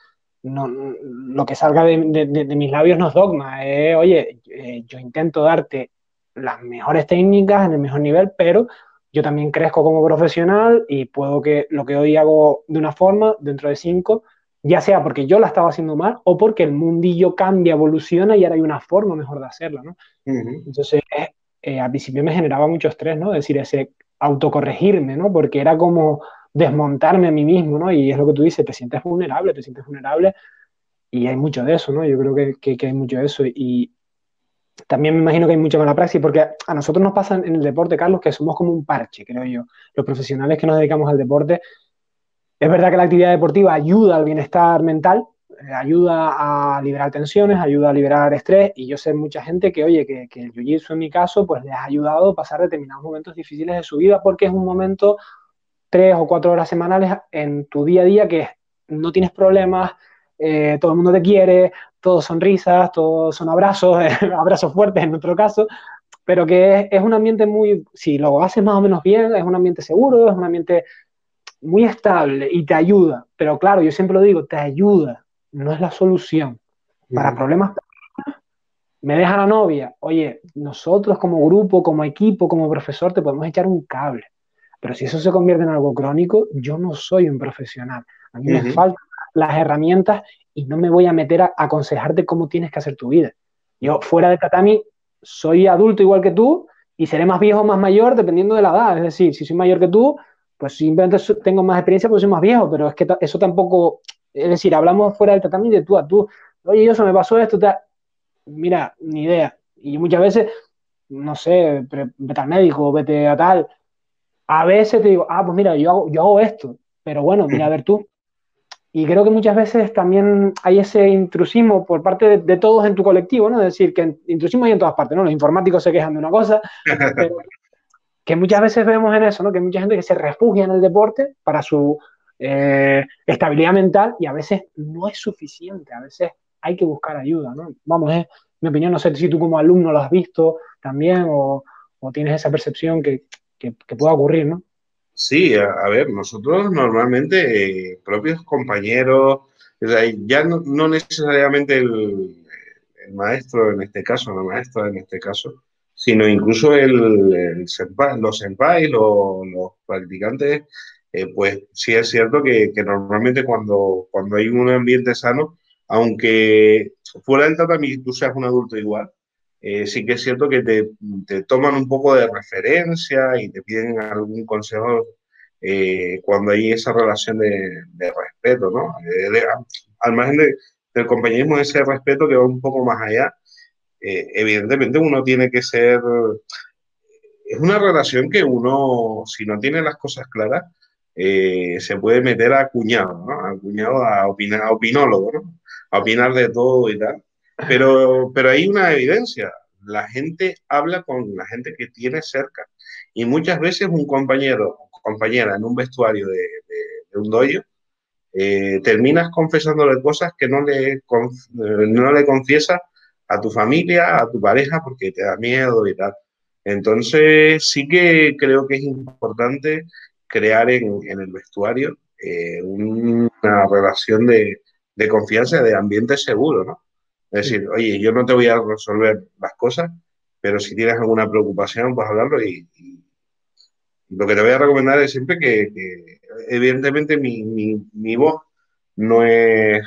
lo que salga de mis labios no es dogma, oye, yo intento darte las mejores técnicas en el mejor nivel, pero yo también crezco como profesional y puedo que lo que hoy hago de una forma, dentro de 5, ya sea porque yo la estaba haciendo mal o porque el mundillo cambia, evoluciona y ahora hay una forma mejor de hacerla, ¿no? Uh -huh. Entonces, al principio me generaba mucho estrés, ¿no? Es decir, ese autocorregirme, ¿no? Porque era como desmontarme a mí mismo, ¿no? Y es lo que tú dices, te sientes vulnerable y hay mucho de eso, ¿no? Yo creo que hay mucho de eso y también me imagino que hay mucha mala praxis porque a nosotros nos pasa en el deporte, Carlos, que somos como un parche, creo yo. Los profesionales que nos dedicamos al deporte, es verdad que la actividad deportiva ayuda al bienestar mental, ayuda a liberar tensiones, ayuda a liberar estrés y yo sé mucha gente que, oye, que el jiu-jitsu en mi caso, pues les ha ayudado a pasar determinados momentos difíciles de su vida porque es un momento 3 o 4 horas semanales en tu día a día que no tienes problemas, todo el mundo te quiere, todos son risas, todos son abrazos, abrazos fuertes en nuestro caso, pero que es un ambiente muy, si lo haces más o menos bien, es un ambiente seguro, es un ambiente muy estable y te ayuda, pero claro, yo siempre lo digo, te ayuda, no es la solución. Uh Para -huh. problemas me deja la novia, oye, nosotros como grupo, como equipo, como profesor, te podemos echar un cable. Pero si eso se convierte en algo crónico, yo no soy un profesional. A mí me Ujú. faltan las herramientas y no me voy a meter a aconsejarte cómo tienes que hacer tu vida. Yo fuera de tatami soy adulto igual que tú y seré más viejo o más mayor dependiendo de la edad. Es decir, si soy mayor que tú, pues simplemente tengo más experiencia porque soy más viejo, pero es que eso tampoco, es decir, hablamos fuera del tatami de tú a tú. Oye, yo se me pasó esto, mira, ni idea. Y muchas veces, no sé, vete al médico, vete a tal. A veces te digo, ah, pues mira, yo hago esto, pero bueno, mira, a ver tú. Y creo que muchas veces también hay ese intrusismo por parte de todos en tu colectivo, ¿no? Es decir, que intrusismo hay en todas partes, ¿no? Los informáticos se quejan de una cosa, pero que muchas veces vemos en eso, ¿no? Que hay mucha gente que se refugia en el deporte para su estabilidad mental y a veces no es suficiente, a veces hay que buscar ayuda, ¿no? Vamos, es mi opinión, no sé si tú como alumno lo has visto también o tienes esa percepción que pueda ocurrir, ¿no? Sí, a ver, nosotros normalmente, propios compañeros, o sea, ya no necesariamente el maestro en este caso, la maestra en este caso, sino incluso el senpai, los senpai, los practicantes, pues sí es cierto que normalmente cuando hay un ambiente sano, aunque fuera del tatami tú seas un adulto igual, sí que es cierto que te toman un poco de referencia y te piden algún consejo cuando hay esa relación de respeto, ¿no? Al margen del compañerismo, ese respeto que va un poco más allá, evidentemente uno tiene que ser, es una relación que uno, si no tiene las cosas claras, se puede meter a cuñado, ¿no? A cuñado, a opinar, a opinólogo, ¿no? A opinar de todo y tal. Pero hay una evidencia. La gente habla con la gente que tiene cerca. Y muchas veces un compañero o compañera en un vestuario de un dojo, terminas confesándole cosas que no le confiesas a tu familia, a tu pareja, porque te da miedo y tal. Entonces, sí que creo que es importante crear en el vestuario una relación de confianza, de ambiente seguro, ¿no? Es Sí. decir, oye, yo no te voy a resolver las cosas, pero si tienes alguna preocupación, pues hablarlo y lo que te voy a recomendar es siempre que evidentemente, mi voz no es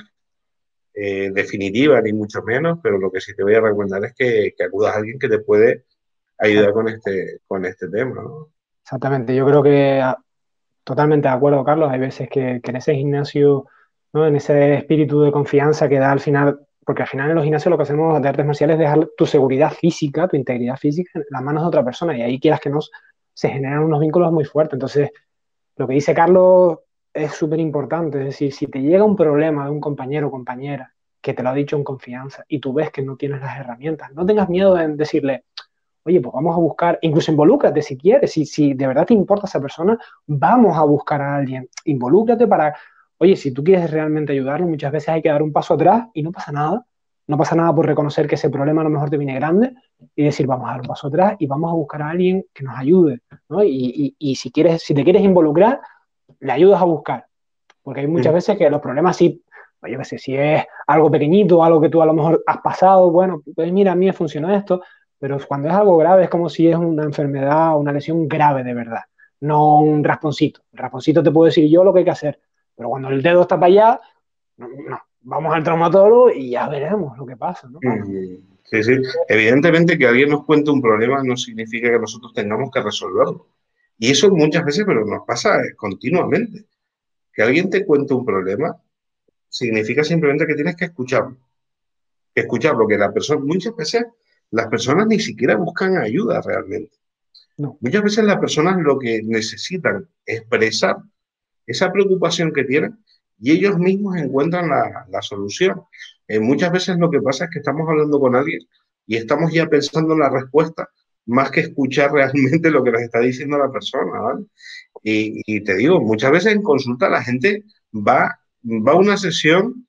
definitiva, ni mucho menos, pero lo que sí te voy a recomendar es que acudas a alguien que te puede ayudar con este tema, ¿no? Exactamente, yo creo que totalmente de acuerdo, Carlos. Hay veces que en ese gimnasio, ¿no? En ese espíritu de confianza que da al final, porque al final en los gimnasios lo que hacemos de artes marciales es dejar tu seguridad física, tu integridad física en las manos de otra persona y ahí quieras que no, se generan unos vínculos muy fuertes. Entonces, lo que dice Carlos es súper importante. Es decir, si te llega un problema de un compañero o compañera que te lo ha dicho en confianza y tú ves que no tienes las herramientas, no tengas miedo en decirle, oye, pues vamos a buscar, incluso involúcrate si quieres, si de verdad te importa esa persona, vamos a buscar a alguien, involúcrate para, oye, si tú quieres realmente ayudarlo, muchas veces hay que dar un paso atrás y no pasa nada, no pasa nada por reconocer que ese problema a lo mejor te viene grande y decir, vamos a dar un paso atrás y vamos a buscar a alguien que nos ayude, ¿no? Y si quieres, si te quieres involucrar, le ayudas a buscar, porque hay muchas Mm. veces que los problemas sí, pues yo qué sé, si es algo pequeñito, algo que tú a lo mejor has pasado, bueno, pues mira, a mí me funcionó esto, pero cuando es algo grave es como si es una enfermedad, una lesión grave de verdad, no un rasponcito. El rasponcito te puedo decir yo lo que hay que hacer, pero cuando el dedo está para allá, no, no, vamos al traumatólogo y ya veremos lo que pasa, ¿no? Sí, sí. Evidentemente que alguien nos cuente un problema no significa que nosotros tengamos que resolverlo. Y eso muchas veces, pero nos pasa continuamente. Que alguien te cuente un problema significa simplemente que tienes que escucharlo. Que escucharlo, que la persona, muchas veces las personas ni siquiera buscan ayuda realmente. No, Muchas veces las personas lo que necesitan es expresar esa preocupación que tienen y ellos mismos encuentran la solución. Muchas veces lo que pasa es que estamos hablando con alguien y estamos ya pensando en la respuesta más que escuchar realmente lo que nos está diciendo la persona, ¿vale? Y te digo, muchas veces en consulta la gente va a una sesión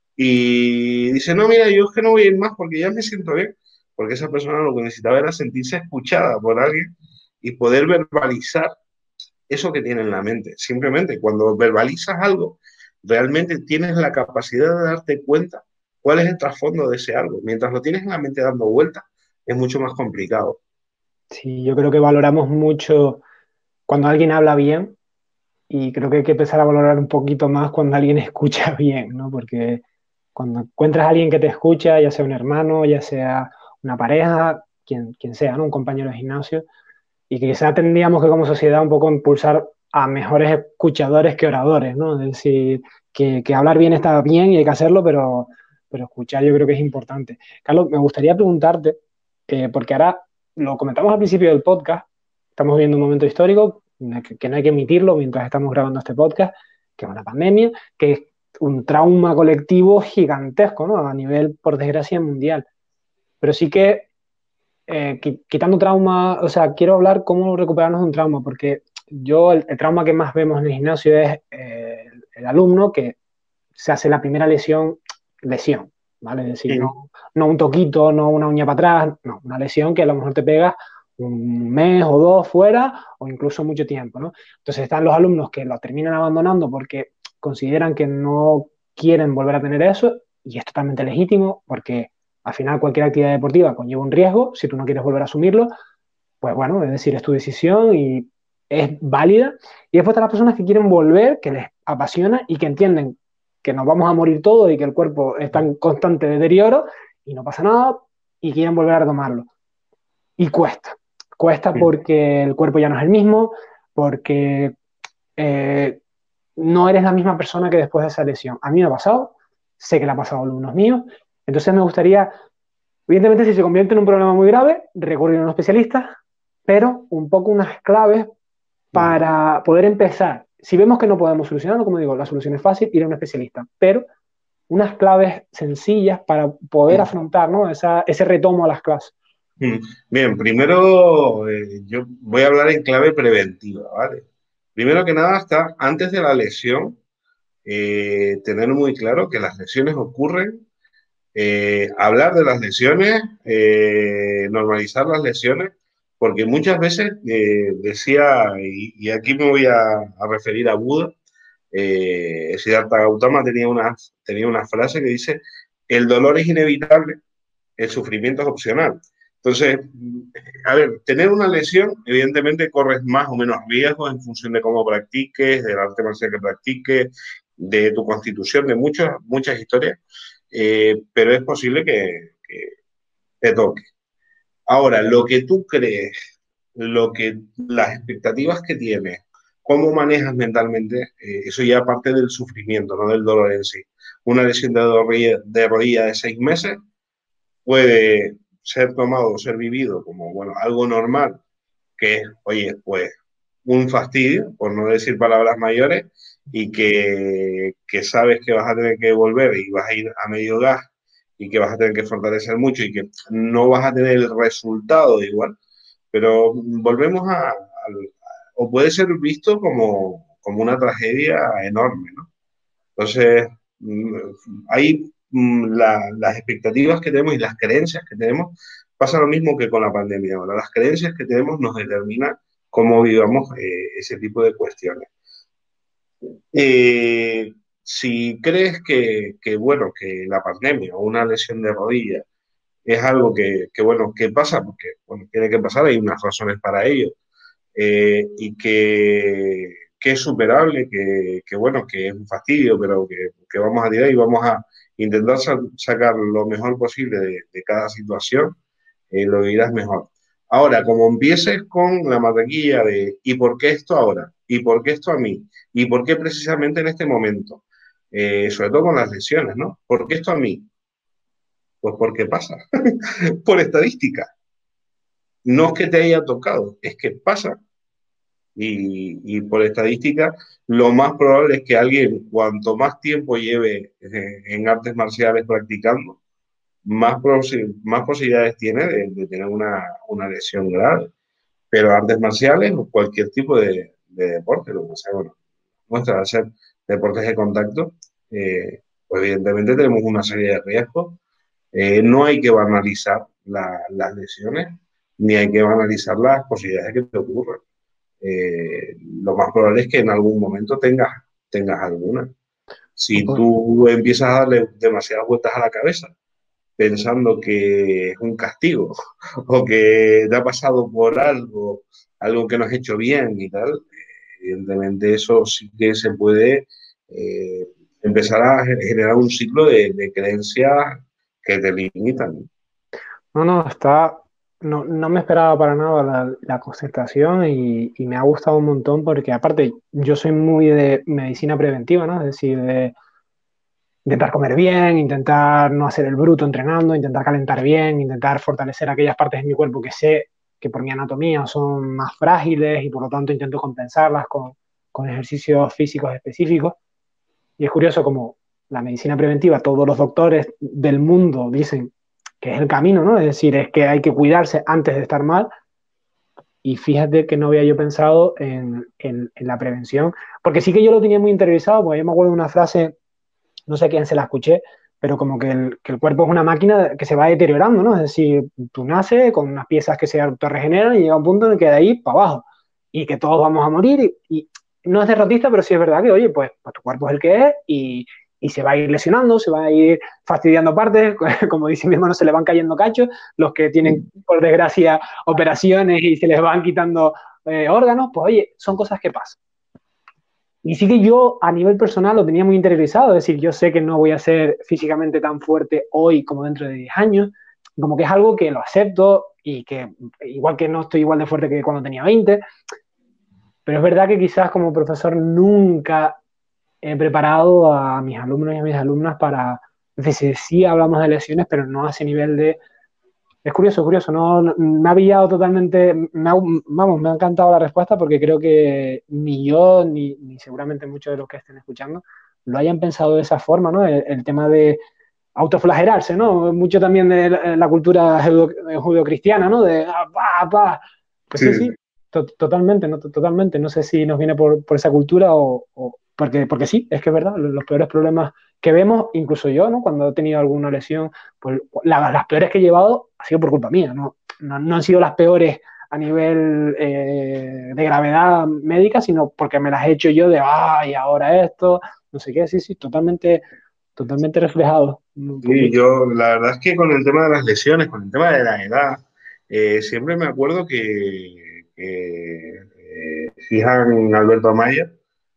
y dice, no, mira, yo es que no voy a ir más porque ya me siento bien, porque esa persona lo que necesitaba era sentirse escuchada por alguien y poder verbalizar eso que tiene en la mente. Simplemente cuando verbalizas algo, realmente tienes la capacidad de darte cuenta ¿Cuál es el trasfondo de ese algo? Mientras lo tienes en la mente dando vueltas, es mucho más complicado. Sí, yo creo que valoramos mucho cuando alguien habla bien y creo que hay que empezar a valorar un poquito más cuando alguien escucha bien, ¿no? Porque cuando encuentras a alguien que te escucha, ya sea un hermano, ya sea una pareja, quien sea, ¿no? Un compañero de gimnasio, y que quizá tendríamos que como sociedad un poco impulsar a mejores escuchadores que oradores, ¿no? Es decir, que hablar bien está bien y hay que hacerlo, pero escuchar yo creo que es importante. Carlos, me gustaría preguntarte, porque ahora lo comentamos al principio del podcast, estamos viviendo un momento histórico que no hay que emitirlo mientras estamos grabando este podcast, que es una pandemia, que es un trauma colectivo gigantesco, ¿no? A nivel, por desgracia, mundial. Pero sí que quitando trauma, o sea, quiero hablar cómo recuperarnos de un trauma, porque yo el trauma que más vemos en el gimnasio es el alumno que se hace la primera lesión, ¿vale? Es decir, Mm. no un toquito, no una uña para atrás, no, una lesión que a lo mejor te pega un mes o dos fuera o incluso mucho tiempo, ¿no? Entonces están los alumnos que lo terminan abandonando porque consideran que no quieren volver a tener eso y es totalmente legítimo porque al final cualquier actividad deportiva conlleva un riesgo, si tú no quieres volver a asumirlo, pues bueno, es decir, es tu decisión y es válida. Y después están las personas que quieren volver, que les apasiona y que entienden que nos vamos a morir todos y que el cuerpo está en constante deterioro y no pasa nada y quieren volver a retomarlo. Y cuesta. Cuesta Mm. porque el cuerpo ya no es el mismo, porque no eres la misma persona que después de esa lesión. A mí me ha pasado, sé que le ha pasado a alumnos míos, entonces me gustaría, evidentemente si se convierte en un problema muy grave, recurrir a un especialista, pero un poco unas claves Mm. para poder empezar. Si vemos que no podemos solucionarlo, como digo, la solución es fácil, ir a un especialista, pero unas claves sencillas para poder Mm. afrontar, ¿no? Ese retomo a las clases. Mm. Bien, primero yo voy a hablar en clave preventiva, ¿vale? Primero que nada, está antes de la lesión, tener muy claro que las lesiones ocurren, hablar de las lesiones, normalizar las lesiones, porque muchas veces decía, y aquí me voy a referir a Buda, Siddhartha Gautama tenía una frase que dice, el dolor es inevitable, el sufrimiento es opcional. Entonces, a ver, tener una lesión, evidentemente corres más o menos riesgos en función de cómo practiques, del arte marcial que practiques, de tu constitución, de muchas historias, pero es posible que te toque. Ahora, lo que tú crees, las expectativas que tienes, cómo manejas mentalmente, eso ya parte del sufrimiento, no del dolor en sí. Una lesión de rodilla de 6 meses puede ser tomado o ser vivido como, bueno, algo normal, que es, oye, pues un fastidio, por no decir palabras mayores, y que sabes que vas a tener que volver y vas a ir a medio gas y que vas a tener que fortalecer mucho y que no vas a tener el resultado igual, pero volvemos o puede ser visto como una tragedia enorme, ¿no? Entonces, ahí las expectativas que tenemos y las creencias que tenemos pasa lo mismo que con la pandemia. Ahora, las creencias que tenemos nos determinan cómo vivamos ese tipo de cuestiones. Si crees bueno, que la pandemia o una lesión de rodilla es algo bueno, que pasa, porque bueno, tiene que pasar, hay unas razones para ello, y que es superable, bueno, que es un fastidio, pero que vamos a tirar y vamos a intentar sacar lo mejor posible de cada situación, lo irás mejor. Ahora, como empieces con la marrequilla de ¿y por qué esto ahora? ¿Y por qué esto a mí? ¿Y por qué precisamente en este momento? Sobre todo con las lesiones, ¿no? ¿Por qué esto a mí? Pues porque pasa, por estadística. No es que te haya tocado, es que pasa. Y por estadística, lo más probable es que alguien, cuanto más tiempo lleve en artes marciales practicando, más posibilidades tiene de tener una lesión grave. Pero artes marciales o cualquier tipo de deporte, lo que sea, bueno, nuestra al ser deportes de contacto, pues evidentemente tenemos una serie de riesgos. No hay que banalizar las lesiones, ni hay que banalizar las posibilidades que te ocurran. Lo más probable es que en algún momento tengas alguna. Si tú empiezas a darle demasiadas vueltas a la cabeza pensando que es un castigo o que te ha pasado por algo, algo que no has hecho bien y tal, evidentemente eso sí que se puede eh, empezar a generar un ciclo de creencias que te limitan. No, no, no me esperaba para nada la concertación y me ha gustado un montón porque aparte yo soy muy de medicina preventiva, ¿no? Es decir, de intentar comer bien, intentar no hacer el bruto entrenando, intentar calentar bien, intentar fortalecer aquellas partes de mi cuerpo que sé que por mi anatomía son más frágiles y por lo tanto intento compensarlas con ejercicios físicos específicos. Y es curioso como la medicina preventiva, todos los doctores del mundo dicen que es el camino, ¿no? Es decir, es que hay que cuidarse antes de estar mal. Y fíjate que no había yo pensado en la prevención, porque sí que yo lo tenía muy interiorizado, porque yo me acuerdo de una frase, no sé a quién se la escuché, pero como que el cuerpo es una máquina que se va deteriorando, ¿no? Es decir, tú naces con unas piezas que se autorregeneran y llega un punto en el que de ahí para abajo, y que todos vamos a morir, y no es derrotista, pero sí es verdad que, oye, pues tu cuerpo es el que es, y se va a ir lesionando, se va a ir fastidiando partes, como dice mi hermano, se le van cayendo cachos, los que tienen, por desgracia, operaciones y se les van quitando órganos, pues oye, son cosas que pasan. Y sí que yo a nivel personal lo tenía muy interiorizado, es decir, yo sé que no voy a ser físicamente tan fuerte hoy como dentro de 10 años, como que es algo que lo acepto y que igual que no estoy igual de fuerte que cuando tenía 20, pero es verdad que quizás como profesor nunca he preparado a mis alumnos y a mis alumnas para, es decir, sí hablamos de lesiones, pero no a ese nivel de... Es curioso, no, me ha pillado totalmente, vamos, me ha encantado la respuesta porque creo que ni yo ni seguramente muchos de los que estén escuchando lo hayan pensado de esa forma, ¿no? El tema de autoflagelarse, ¿no? Mucho también de la cultura judeocristiana, ¿no? De, Pues sí, sí, Sí. totalmente, no, totalmente. No sé si nos viene por esa cultura o porque sí, es que es verdad, los peores problemas que vemos, incluso yo, ¿no? Cuando he tenido alguna lesión, pues las peores que he llevado ha sido por culpa mía, ¿no? No han sido las peores a nivel de gravedad médica, sino porque me las he hecho yo de, y ahora esto, no sé qué, sí, sí, totalmente reflejado, un Sí, poquito. yo la verdad es que con el tema de las lesiones, con el tema de la edad, siempre me acuerdo que Fijan Alberto Amaya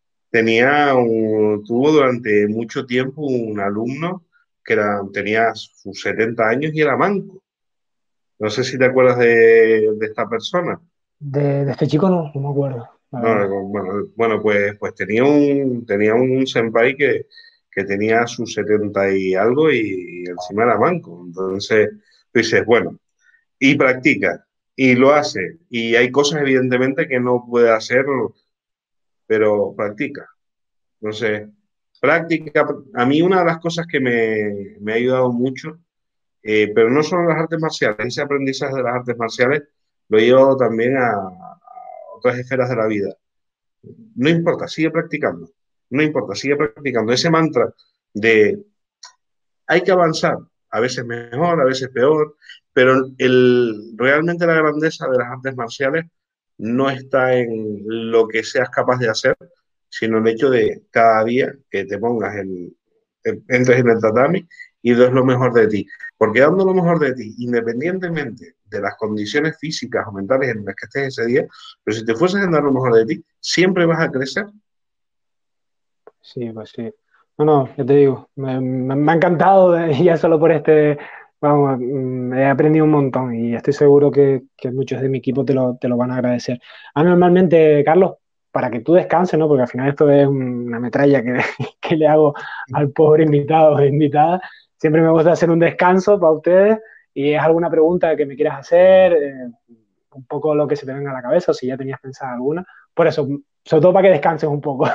tuvo durante mucho tiempo un alumno tenía sus 70 años y era manco. No sé si te acuerdas de esta persona. De este chico no me acuerdo, la verdad. No, bueno, pues tenía un senpai que tenía sus 70 y algo y encima era manco. Entonces, tú dices, bueno, y practica, y lo hace, y hay cosas evidentemente que no puede hacer, pero practica. Entonces, práctica, a mí una de las cosas que me ha ayudado mucho, pero no solo las artes marciales, ese aprendizaje de las artes marciales lo he llevado también a otras esferas de la vida. No importa, sigue practicando. No importa, sigue practicando. Ese mantra de hay que avanzar, a veces mejor, a veces peor, pero realmente la grandeza de las artes marciales no está en lo que seas capaz de hacer, sino el hecho de cada día que te pongas entres en el tatami y des lo mejor de ti. Porque dando lo mejor de ti, independientemente de las condiciones físicas o mentales en las que estés ese día, pero si te fueses a dar lo mejor de ti, siempre vas a crecer. Sí, pues sí. No, no, ya te digo, me ha encantado ya solo por vamos, he aprendido un montón y estoy seguro que muchos de mi equipo te lo van a agradecer. Normalmente, Carlos, para que tú descanses, ¿no? Porque al final esto es una metralla que, que le hago al pobre invitado o invitada. Siempre me gusta hacer un descanso para ustedes y es alguna pregunta que me quieras hacer, un poco lo que se te venga a la cabeza o si ya tenías pensada alguna. Por eso, sobre todo para que descanses un poco.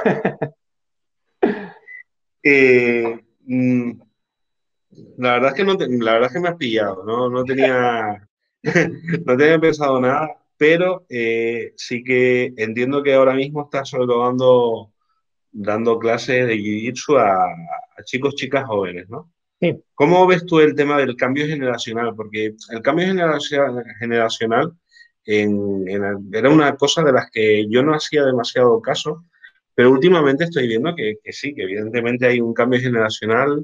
Eh, mm, La verdad es que la verdad es que me has pillado, no tenía, no tenía pensado nada, pero sí que entiendo que ahora mismo estás sobre todo dando clases de Jiu-Jitsu a chicos, chicas jóvenes, ¿no? Sí. ¿Cómo ves tú el tema del cambio generacional? Porque el cambio generacional era una cosa de las que yo no hacía demasiado caso, pero últimamente estoy viendo que sí, que evidentemente hay un cambio generacional,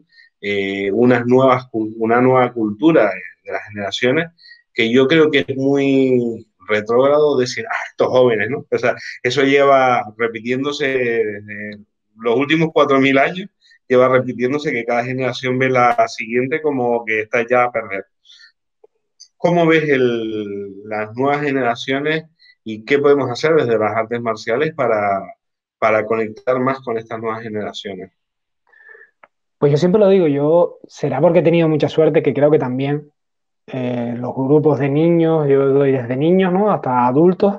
una nueva cultura de las generaciones, que yo creo que es muy retrógrado decir, ah, estos jóvenes, ¿no? O sea, eso lleva repitiéndose desde los últimos 4.000 años, lleva repitiéndose que cada generación ve la siguiente como que está ya a perder. ¿Cómo ves las nuevas generaciones y qué podemos hacer desde las artes marciales para conectar más con estas nuevas generaciones? Pues yo siempre lo digo, yo será porque he tenido mucha suerte, que creo que también los grupos de niños, yo doy desde niños, ¿no? Hasta adultos,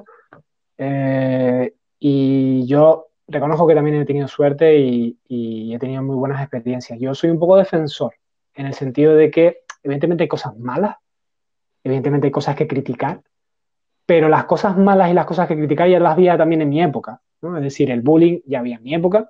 y yo reconozco que también he tenido suerte y he tenido muy buenas experiencias. Yo soy un poco defensor, en el sentido de que evidentemente hay cosas malas, evidentemente hay cosas que criticar, pero las cosas malas y las cosas que criticar ya las había también en mi época, ¿no? Es decir, el bullying ya había en mi época.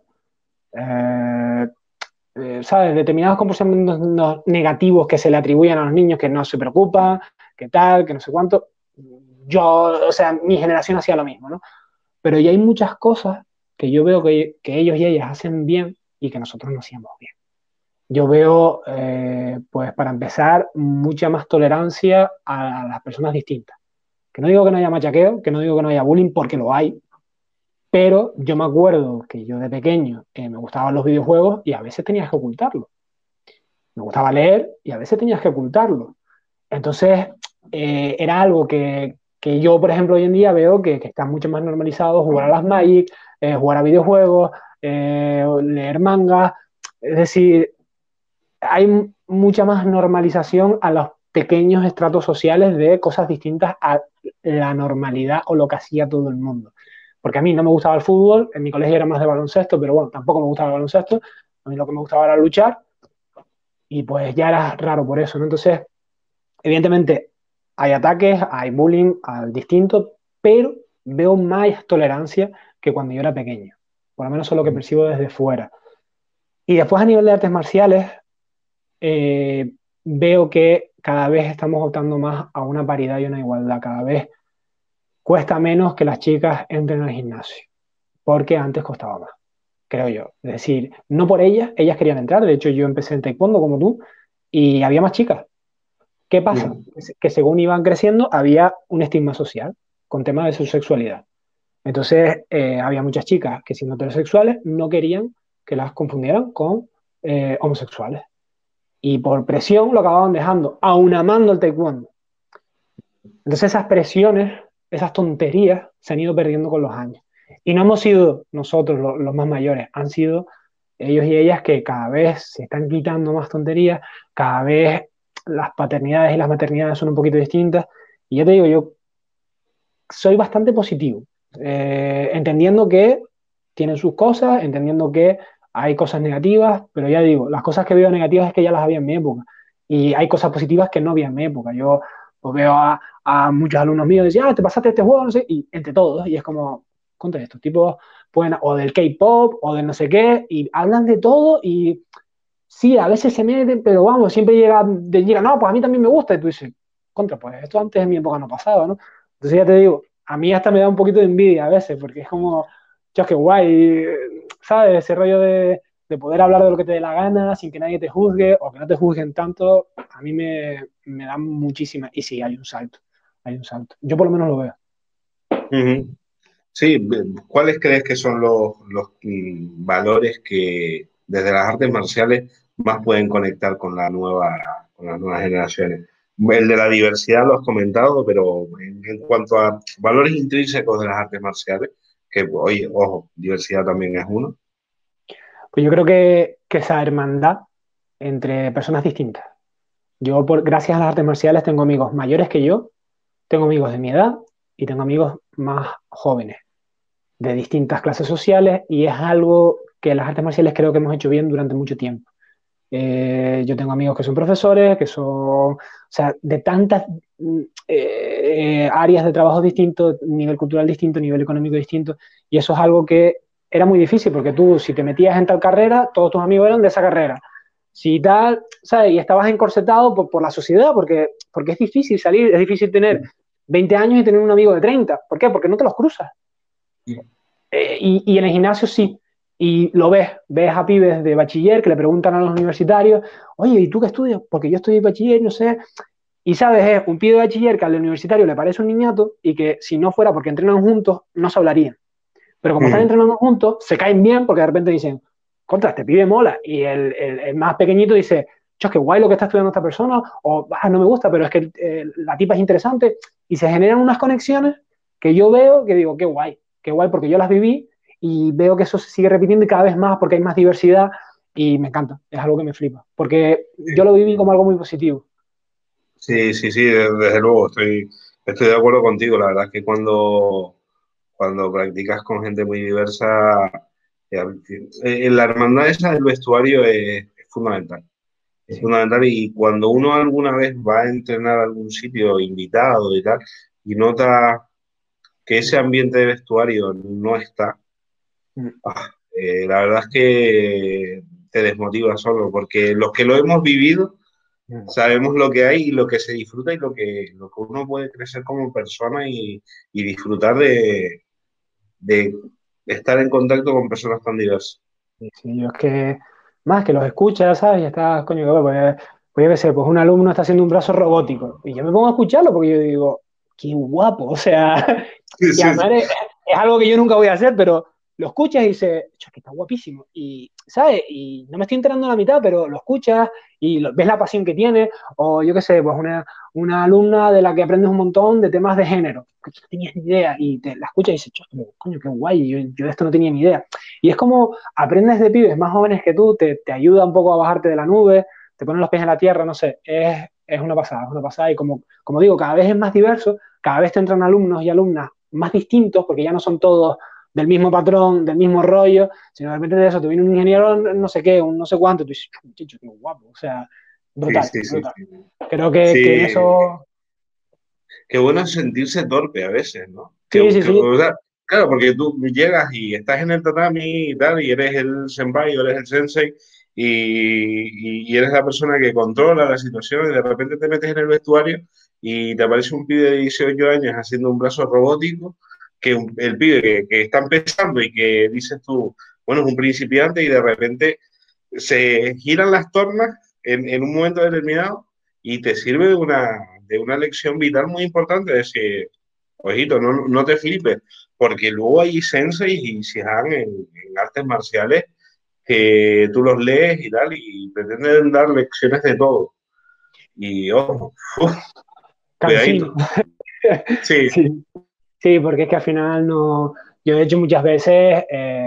Eh, ¿Sabes? Determinados comportamientos negativos que se le atribuyen a los niños, que no se preocupan, que tal, que no sé cuánto. Yo, o sea, mi generación hacía lo mismo, ¿no? Pero ya hay muchas cosas que yo veo que ellos y ellas hacen bien y que nosotros no hacíamos bien. Yo veo, pues para empezar, mucha más tolerancia a las personas distintas. Que no digo que no haya machaqueo, que no digo que no haya bullying, porque lo hay, pero yo me acuerdo que yo de pequeño me gustaban los videojuegos y a veces tenías que ocultarlo. Me gustaba leer y a veces tenías que ocultarlo. Entonces, era algo que yo, por ejemplo, hoy en día veo que está mucho más normalizado jugar a las Magic, jugar a videojuegos, leer mangas. Es decir, hay mucha más normalización a los pequeños estratos sociales de cosas distintas a la normalidad o lo que hacía todo el mundo. Porque a mí no me gustaba el fútbol, en mi colegio era más de baloncesto, pero bueno, tampoco me gustaba el baloncesto. A mí lo que me gustaba era luchar y pues ya era raro por eso, ¿no? Entonces, evidentemente, hay ataques, hay bullying al distinto, pero veo más tolerancia que cuando yo era pequeño. Por lo menos eso es lo que percibo desde fuera. Y después a nivel de artes marciales, eh, veo que cada vez estamos optando más a una paridad y una igualdad. Cada vez cuesta menos que las chicas entren al gimnasio, porque antes costaba más, creo yo. Es decir, no por ellas, ellas querían entrar. De hecho, yo empecé en taekwondo como tú y había más chicas. ¿Qué pasa? Que según iban creciendo había un estigma social con temas de su sexualidad. Entonces, había muchas chicas que siendo heterosexuales no querían que las confundieran con homosexuales. Y por presión lo acababan dejando, aun amando el taekwondo. Entonces esas presiones, esas tonterías se han ido perdiendo con los años. Y no hemos sido nosotros los más mayores, han sido ellos y ellas que cada vez se están quitando más tonterías, cada vez las paternidades y las maternidades son un poquito distintas. Y yo te digo, yo soy bastante positivo, entendiendo que tienen sus cosas, entendiendo que hay cosas negativas, pero ya digo, las cosas que veo negativas es que ya las había en mi época. Y hay cosas positivas que no había en mi época. Yo pues, veo a muchos alumnos míos y decían, ah, te pasaste este juego, no sé, y entre todos, y es como, contra estos tipos pueden, o del K-pop, o del no sé qué, y hablan de todo, y sí, a veces se meten, pero vamos, siempre llega, no, pues a mí también me gusta, y tú dices, contra, pues esto antes en mi época no pasaba, ¿no? Entonces ya te digo, a mí hasta me da un poquito de envidia a veces, porque es como, Dios, qué guay, ¿sabes? Ese rollo de poder hablar de lo que te dé la gana sin que nadie te juzgue o que no te juzguen tanto, a mí me da muchísima. Y sí, hay un salto, hay un salto. Yo por lo menos lo veo. Ujú. Sí, ¿cuáles crees que son los valores que desde las artes marciales más pueden conectar con las nuevas generaciones? El de la diversidad lo has comentado, pero en cuanto a valores intrínsecos de las artes marciales, que, oye, ojo, diversidad también es uno. Pues yo creo que esa hermandad entre personas distintas. Yo, gracias a las artes marciales, tengo amigos mayores que yo, tengo amigos de mi edad y tengo amigos más jóvenes, de distintas clases sociales, y es algo que las artes marciales creo que hemos hecho bien durante mucho tiempo. Yo tengo amigos que son profesores, que son, o sea, de tantas áreas de trabajo distintos, nivel cultural distinto, nivel económico distinto, y eso es algo que era muy difícil, porque tú, si te metías en tal carrera, todos tus amigos eran de esa carrera. Si tal, ¿sabes? Y estabas encorsetado por la sociedad, porque es difícil salir, es difícil tener 20 años y tener un amigo de 30. ¿Por qué? Porque no te los cruzas. y en el gimnasio sí. Y lo ves a pibes de bachiller que le preguntan a los universitarios, oye, ¿y tú qué estudias? Porque yo estudio bachiller, no sé. Y sabes, es un pibe de bachiller que al universitario le parece un niñato y que si no fuera porque entrenan juntos, no se hablarían. Pero como están Mm. entrenando juntos, se caen bien porque de repente dicen, contra, este pibe mola. Y el más pequeñito dice, chos, qué guay lo que está estudiando esta persona, o no me gusta, pero es que la tipa es interesante. Y se generan unas conexiones que yo veo que digo, qué guay, porque yo las viví y veo que eso se sigue repitiendo y cada vez más porque hay más diversidad y me encanta, es algo que me flipa, porque yo lo viví como algo muy positivo. Sí, sí, sí, desde luego, estoy de acuerdo contigo. La verdad es que cuando practicas con gente muy diversa, la hermandad esa del vestuario es fundamental. Es Sí, fundamental y cuando uno alguna vez va a entrenar a algún sitio invitado y tal, y nota que ese ambiente de vestuario no está, mm, la verdad es que te desmotiva solo, porque los que lo hemos vivido mm. sabemos lo que hay y lo que se disfruta y lo que uno puede crecer como persona y disfrutar de estar en contacto con personas tan diversas. Sí, sí, yo es que más que los escuchas, ¿sabes? Y estás, coño, pues yo qué sé, pues un alumno está haciendo un brazo robótico y yo me pongo a escucharlo porque yo digo, qué guapo, o sea, Sí, y sí, además es algo que yo nunca voy a hacer, pero lo escuchas y dices, "Cho, que está guapísimo", y, ¿sabes? Y no me estoy enterando a la mitad, pero lo escuchas y ves la pasión que tiene, o yo qué sé, pues una alumna de la que aprendes un montón de temas de género, que tú no tenías ni idea, y te la escuchas y dices, "Cho, coño, qué guay, yo de esto no tenía ni idea". Y es como aprendes de pibes más jóvenes que tú, te ayuda un poco a bajarte de la nube, te ponen los pies en la tierra, no sé, es una pasada. Y como digo, cada vez es más diverso, cada vez te entran alumnos y alumnas más distintos, porque ya no son todos del mismo patrón, del mismo rollo, sino de repente de eso te viene un ingeniero no sé qué, un no sé cuánto, y tú dices, muchacho, qué guapo, o sea, sí, brutal, sí, sí, brutal. sí. Creo que en Sí, eso, qué bueno es sentirse torpe a veces, ¿no? sí, sí, sí, O sea, claro, porque tú llegas y estás en el tatami y tal, y eres el senpai o eres el sensei, y eres la persona que controla la situación, y de repente te metes en el vestuario y te aparece un pibe de 18 años haciendo un brazo robótico, el pibe que está empezando y que dices tú, bueno, es un principiante, y de repente se giran las tornas en un momento determinado y te sirve de una lección vital muy importante. Es decir, ojito, no te flipes, porque luego hay senseis y sihan en artes marciales que tú los lees y tal, y pretenden dar lecciones de todo. Y ojo, cansino. cuidadito. Sí, Sí, sí, porque es que al final no. Yo, de hecho, muchas veces,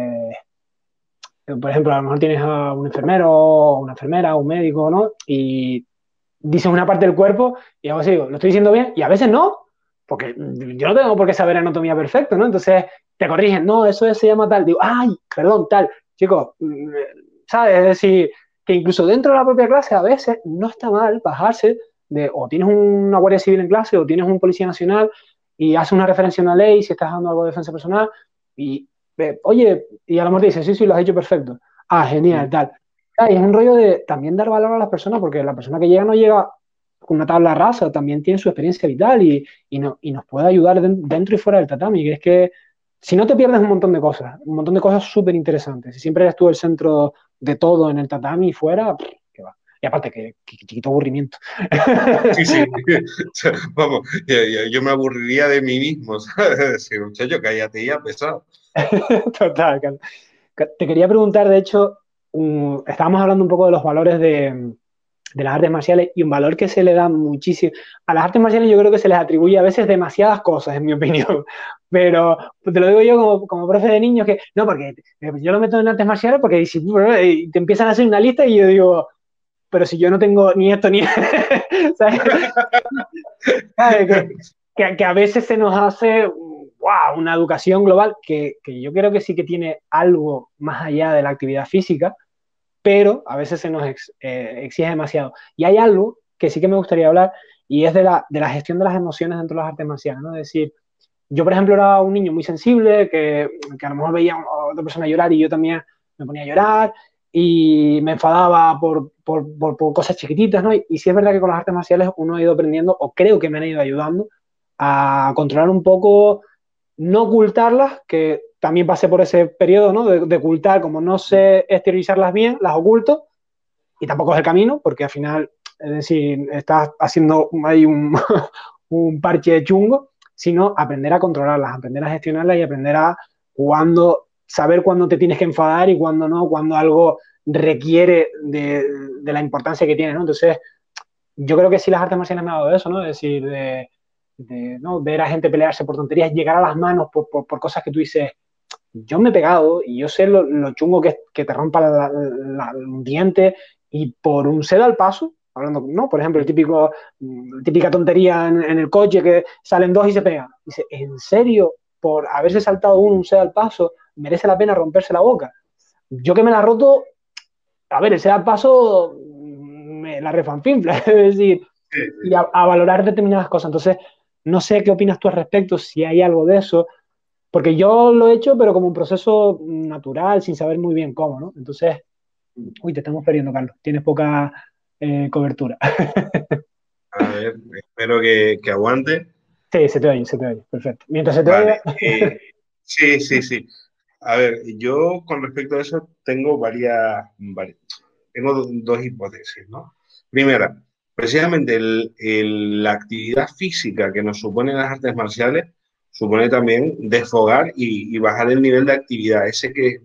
por ejemplo, a lo mejor tienes a un enfermero, una enfermera, un médico, ¿no? Y dices una parte del cuerpo y algo así digo, ¿lo estoy diciendo bien? Y a veces no, porque yo no tengo por qué saber anatomía perfecto, ¿no? Entonces te corrigen, no, se llama tal. Digo, ay, perdón, tal. Chicos, ¿sabes? Es decir, que incluso dentro de la propia clase a veces no está mal bajarse de, o tienes una guardia civil en clase o tienes un policía nacional y haces una referencia a una ley si estás dando algo de defensa personal y, oye, y a lo mejor te dice, sí, sí, lo has hecho perfecto. Ah, genial, tal. Y es un rollo de también dar valor a las personas, porque la persona que llega no llega con una tabla rasa, también tiene su experiencia vital y nos puede ayudar dentro y fuera del tatami, que es que si no te pierdes un montón de cosas súper interesantes. Si siempre eres tú el centro de todo en el tatami y fuera, qué va. Y aparte, que chiquito aburrimiento. sí, sí. Vamos, yo me aburriría de mí mismo, ¿sabes? Decir, muchacho, cállate ya, pesado. Total. Te quería preguntar, de hecho, estábamos hablando un poco de los valores de las artes marciales y un valor que se le da muchísimo. A las artes marciales yo creo que se les atribuye a veces demasiadas cosas, en mi opinión. Pero te lo digo yo como profe de niños que, no, porque yo lo meto en artes marciales porque si, y te empiezan a hacer una lista y yo digo, pero si yo no tengo ni esto ni ¿sabes? ¿Sabes? Que a veces se nos hace wow, una educación global que yo creo que sí que tiene algo más allá de la actividad física, pero a veces se nos exige demasiado. Y hay algo que sí que me gustaría hablar y es de la gestión de las emociones dentro de las artes marciales, ¿no? Es decir, yo, por ejemplo, era un niño muy sensible, que a lo mejor veía a otra persona llorar y yo también me ponía a llorar y me enfadaba por cosas chiquititas, ¿no? Y sí es verdad que con las artes marciales uno ha ido aprendiendo, o creo que me han ido ayudando, a controlar un poco, no ocultarlas, que también pasé por ese periodo, ¿no? De ocultar, como no sé exteriorizarlas bien, las oculto y tampoco es el camino, porque al final, es decir, estás haciendo ahí un parche de chungo, sino aprender a controlarlas, aprender a gestionarlas y aprender a saber cuándo te tienes que enfadar y cuándo no, cuándo algo requiere de la importancia que tiene, ¿no? Entonces, yo creo que sí las artes marciales me han dado eso, ¿no? Es decir, ¿no? Ver a gente pelearse por tonterías, llegar a las manos por cosas que tú dices, yo me he pegado y yo sé lo chungo que te rompa un diente y por un seda al paso, hablando, ¿no? Por ejemplo, típica tontería en el coche que salen dos y se pegan. Dice, ¿en serio? Por haberse saltado un seda al paso, merece la pena romperse la boca. Yo que me la he roto, a ver, el seda al paso me la refanfinfla, es decir, Sí, y sí. a valorar determinadas cosas. Entonces, no sé qué opinas tú al respecto, si hay algo de eso, porque yo lo he hecho, pero como un proceso natural, sin saber muy bien cómo, ¿no? Entonces, uy, te estamos perdiendo, Carlos. Tienes poca cobertura. A ver, espero que aguante. Sí, se te oye, perfecto. Mientras se te oiga, Vale. Sí, sí, sí. A ver, yo con respecto a eso tengo tengo dos hipótesis, ¿no? Primera, precisamente la actividad física que nos suponen las artes marciales supone también desfogar y bajar el nivel de actividad, ese que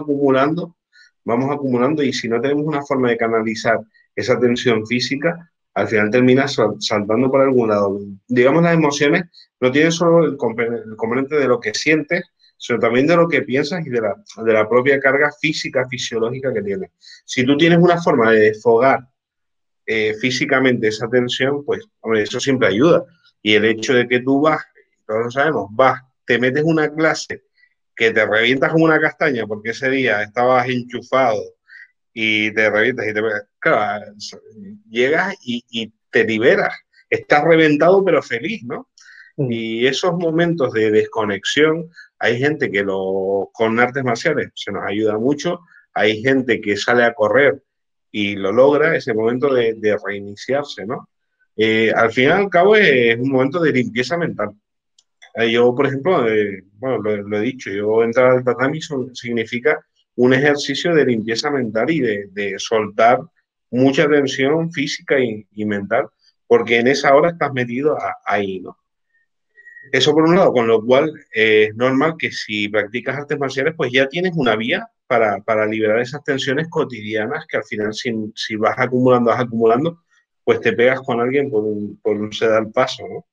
vamos acumulando y si no tenemos una forma de canalizar esa tensión física, al final termina saltando por algún lado. Digamos, las emociones no tienen solo el componente de lo que sientes, sino también de lo que piensas y de la propia carga física, fisiológica que tienes. Si tú tienes una forma de desfogar físicamente esa tensión, pues, hombre, eso siempre ayuda. Y el hecho de que tú vas, todos lo sabemos, te metes una clase que te revientas como una castaña porque ese día estabas enchufado y te revientas y claro, llegas y te liberas. Estás reventado pero feliz, ¿no? Y esos momentos de desconexión, hay gente que con artes marciales se nos ayuda mucho, hay gente que sale a correr y lo logra, ese momento de reiniciarse, ¿no? Al fin y al cabo es un momento de limpieza mental. Yo, por ejemplo, bueno, lo he dicho, yo entrar al tatami significa un ejercicio de limpieza mental y de soltar mucha tensión física y mental, porque en esa hora estás metido ahí, ¿no? Eso por un lado, con lo cual es normal que si practicas artes marciales, pues ya tienes una vía para liberar esas tensiones cotidianas que al final si vas acumulando, pues te pegas con alguien por un sedal paso, ¿no?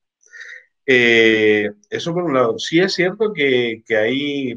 Eso por un lado. Sí es cierto que hay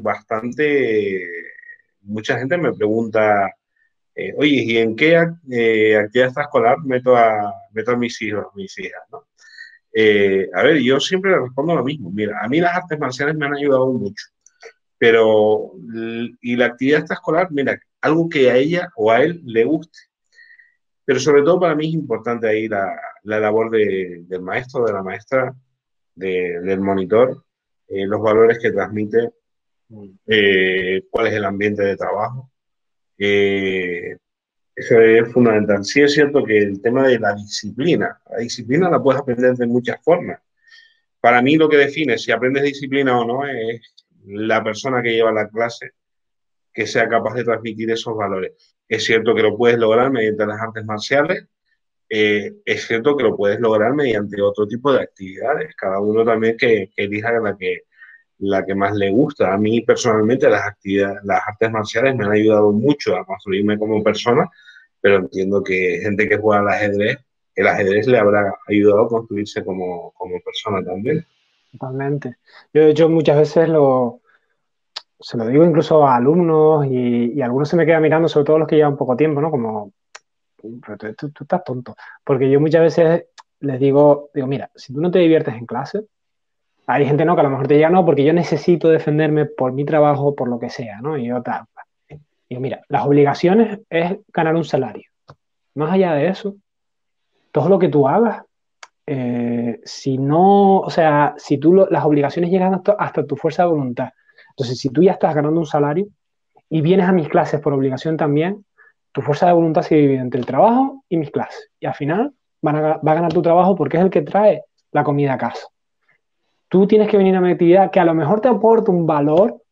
mucha gente me pregunta, oye, ¿y en qué actividad extraescolar meto a mis hijos, mis hijas, ¿no? A ver, yo siempre le respondo lo mismo. Mira, a mí las artes marciales me han ayudado mucho, pero, y la actividad extraescolar, mira, algo que a ella o a él le guste. Pero sobre todo para mí es importante ahí la labor del maestro, de la maestra, del monitor, los valores que transmite, cuál es el ambiente de trabajo. Eh, Eso es fundamental. Sí es cierto que el tema de la disciplina la puedes aprender de muchas formas. Para mí lo que define si aprendes disciplina o no es la persona que lleva la clase que sea capaz de transmitir esos valores. Es cierto que lo puedes lograr mediante las artes marciales, es cierto que lo puedes lograr mediante otro tipo de actividades, cada uno también que elija la que más le gusta. A mí personalmente las artes marciales me han ayudado mucho a construirme como persona, pero entiendo que gente que juega al ajedrez, el ajedrez le habrá ayudado a construirse como persona también. totalmente. Yo, de hecho, muchas veces se lo digo incluso a alumnos y algunos se me quedan mirando, sobre todo los que llevan poco tiempo, ¿no? Como, pero tú estás tonto. Porque yo muchas veces les digo, mira, si tú no te diviertes en clase, hay gente, ¿no? Que a lo mejor te llega, no, porque yo necesito defenderme por mi trabajo, por lo que sea, ¿no? Y yo tal. Digo, mira, las obligaciones es ganar un salario. Más allá de eso, todo lo que tú hagas, si no, o sea, si las obligaciones llegan hasta tu fuerza de voluntad. Entonces, si tú ya estás ganando un salario y vienes a mis clases por obligación también, tu fuerza de voluntad se divide entre el trabajo y mis clases. Y al final va a ganar tu trabajo porque es el que trae la comida a casa. Tú tienes que venir a mi actividad que a lo mejor te aporta un valor,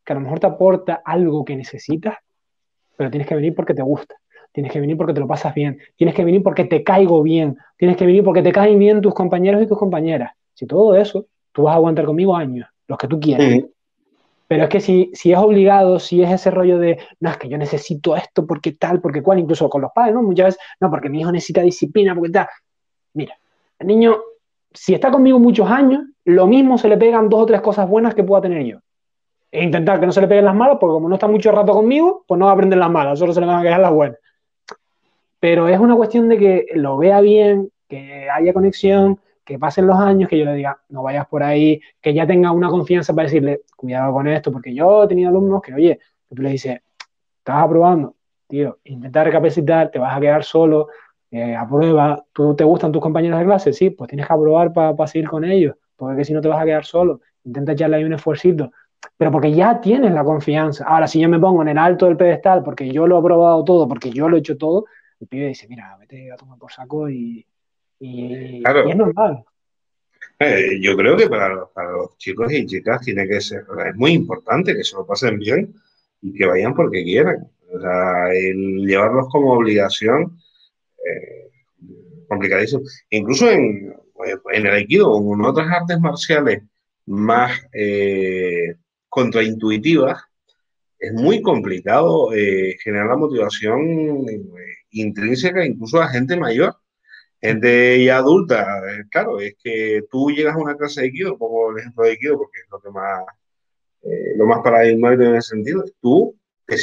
que a lo mejor te aporta algo que necesitas, pero tienes que venir porque te gusta, tienes que venir porque te lo pasas bien, tienes que venir porque te caigo bien, tienes que venir porque te caen bien tus compañeros y tus compañeras. Si todo eso, tú vas a aguantar conmigo años, los que tú quieras. Pero es que si es obligado, si es ese rollo de, no, es que yo necesito esto porque tal, porque cual, incluso con los padres, ¿no? Muchas veces, no, porque mi hijo necesita disciplina, porque tal. Mira, el niño, si está conmigo muchos años, lo mismo se le pegan 2 o 3 cosas buenas que pueda tener yo. E intentar que no se le peguen las malas, porque como no está mucho rato conmigo, pues no va a aprender las malas, solo se le van a quedar las buenas. Pero es una cuestión de que lo vea bien, que haya conexión, que pasen los años, que yo le diga, no vayas por ahí, que ya tenga una confianza para decirle, cuidado con esto, porque yo he tenido alumnos que, oye, que tú le dices, estás aprobando, tío, intenta recapacitar, te vas a quedar solo, aprueba, ¿tú te gustan tus compañeros de clase? Sí, pues tienes que aprobar para seguir con ellos, porque si no te vas a quedar solo, intenta echarle ahí un esfuercito, pero porque ya tienes la confianza. Ahora, si yo me pongo en el alto del pedestal, porque yo lo he aprobado todo, porque yo lo he hecho todo, el pibe dice, mira, vete a tomar por saco y es Claro, normal. yo creo que para los chicos y chicas tiene que ser, es muy importante que se lo pasen bien y que vayan porque quieran. O sea, el llevarlos como obligación, eh, complicadísimo. Incluso en el Aikido o en otras artes marciales más contraintuitivas, es muy complicado generar la motivación intrínseca incluso a gente mayor. Gente ya adulta, claro, es que tú llegas a una clase de Aikido, pongo el ejemplo de Aikido porque es lo más paradigmático en ese sentido, tú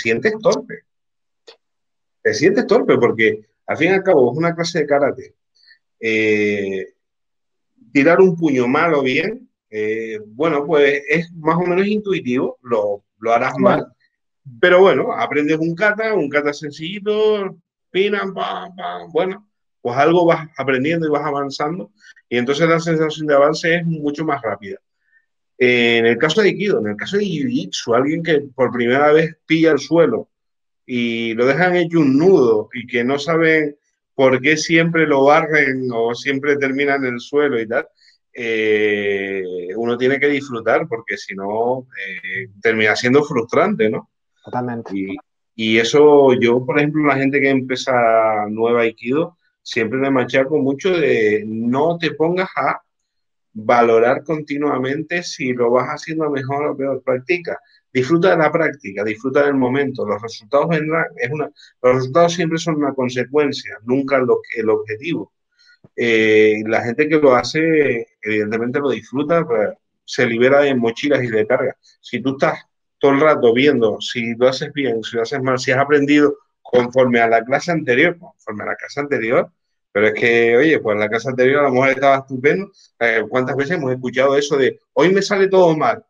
te sientes torpe porque al fin y al cabo es una clase de karate. Eh, Tirar un puño mal o bien, bueno, pues es más o menos intuitivo, lo harás mal, Bueno, pero bueno, aprendes un kata sencillito, pam, pam, pam, bueno, pues algo vas aprendiendo y vas avanzando, y entonces la sensación de avance es mucho más rápida. En el caso de Aikido, en el caso de Jiu-Jitsu, alguien que por primera vez pilla el suelo y lo dejan hecho un nudo y que no saben por qué siempre lo barren o siempre terminan en el suelo y tal, uno tiene que disfrutar porque si no, termina siendo frustrante, ¿no? totalmente. Y eso yo, por ejemplo, la gente que empieza nueva Aikido, siempre me machaco mucho de no te pongas a valorar continuamente si lo vas haciendo mejor o peor. Practica, disfruta de la práctica, disfruta del momento. Los resultados vendrán, los resultados siempre son una consecuencia, nunca el objetivo. La gente que lo hace, evidentemente lo disfruta, pues, se libera de mochilas y de cargas. Si tú estás todo el rato viendo si lo haces bien, si lo haces mal, si has aprendido conforme a la clase anterior, conforme a la clase anterior, pero es que, oye, pues la clase anterior a lo mejor estaba estupendo. ¿Cuántas veces hemos escuchado eso de hoy me sale todo mal?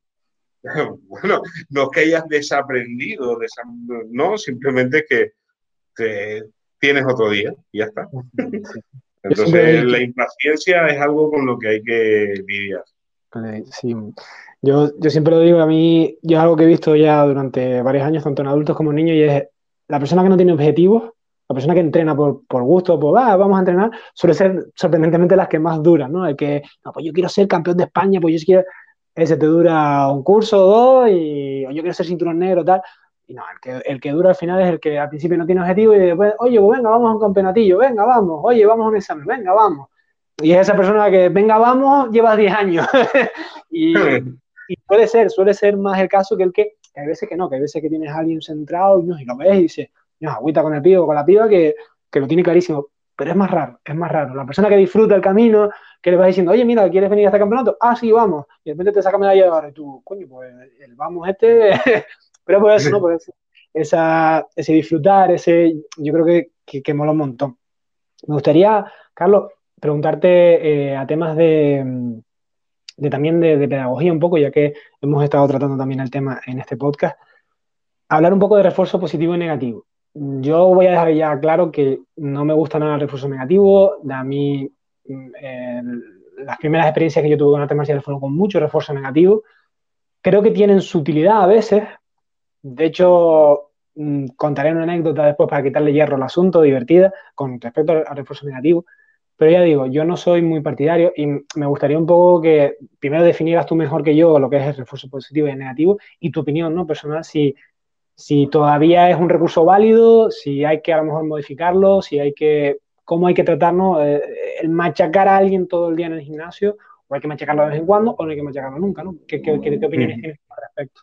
Bueno, no es que hayas desaprendido, no, simplemente que tienes otro día y ya está. Sí. Yo siempre he Entonces, dicho, la impaciencia es algo con lo que hay que lidiar. sí, yo siempre lo digo, a mí, yo es algo que he visto ya durante varios años, tanto en adultos como en niños, y es la persona que no tiene objetivos, la persona que entrena por gusto, vamos a entrenar, suele ser sorprendentemente las que más duran, ¿no? El que, no, pues yo quiero ser campeón de España, pues yo quiero, ese te dura un curso o dos, o yo quiero ser cinturón negro, tal. Y no, el que dura al final es el que al principio no tiene objetivo y después, oye, pues venga, vamos a un campeonatillo, venga, vamos, oye, vamos a un examen, venga, vamos. Y es esa persona que, venga, vamos, llevas 10 años. y, y suele ser más el caso que hay veces que no, que hay veces que tienes a alguien centrado y, no, y lo ves y dices, no, agüita con el pibe o con la piba que lo tiene clarísimo. Pero es más raro, es más raro. La persona que disfruta el camino, que le vas diciendo, oye, mira, ¿quieres venir a este campeonato? Ah, sí, vamos. Y de repente te saca medalla de oro y tú, coño, pues el vamos este. Pero por eso, ¿no? Por eso, ese disfrutar, yo creo que mola un montón. Me gustaría, Carlos, preguntarte a temas también de pedagogía un poco, ya que hemos estado tratando también el tema en este podcast, hablar un poco de refuerzo positivo y negativo. Yo voy a dejar ya claro que no me gusta nada el refuerzo negativo. A mí, las primeras experiencias que yo tuve con artes marciales fueron con mucho refuerzo negativo. Creo que tienen su utilidad a veces. De hecho, contaré una anécdota después para quitarle hierro al asunto, divertida, con respecto al refuerzo negativo. pero ya digo, yo no soy muy partidario y me gustaría un poco que primero definieras tú mejor que yo lo que es el refuerzo positivo y el negativo y tu opinión, ¿no? Personal, si todavía es un recurso válido, si hay que a lo mejor modificarlo, si hay que, cómo hay que tratarnos, el machacar a alguien todo el día en el gimnasio, o hay que machacarlo de vez en cuando, o no hay que machacarlo nunca, ¿no? ¿Qué opiniones Ujú. tienes al respecto?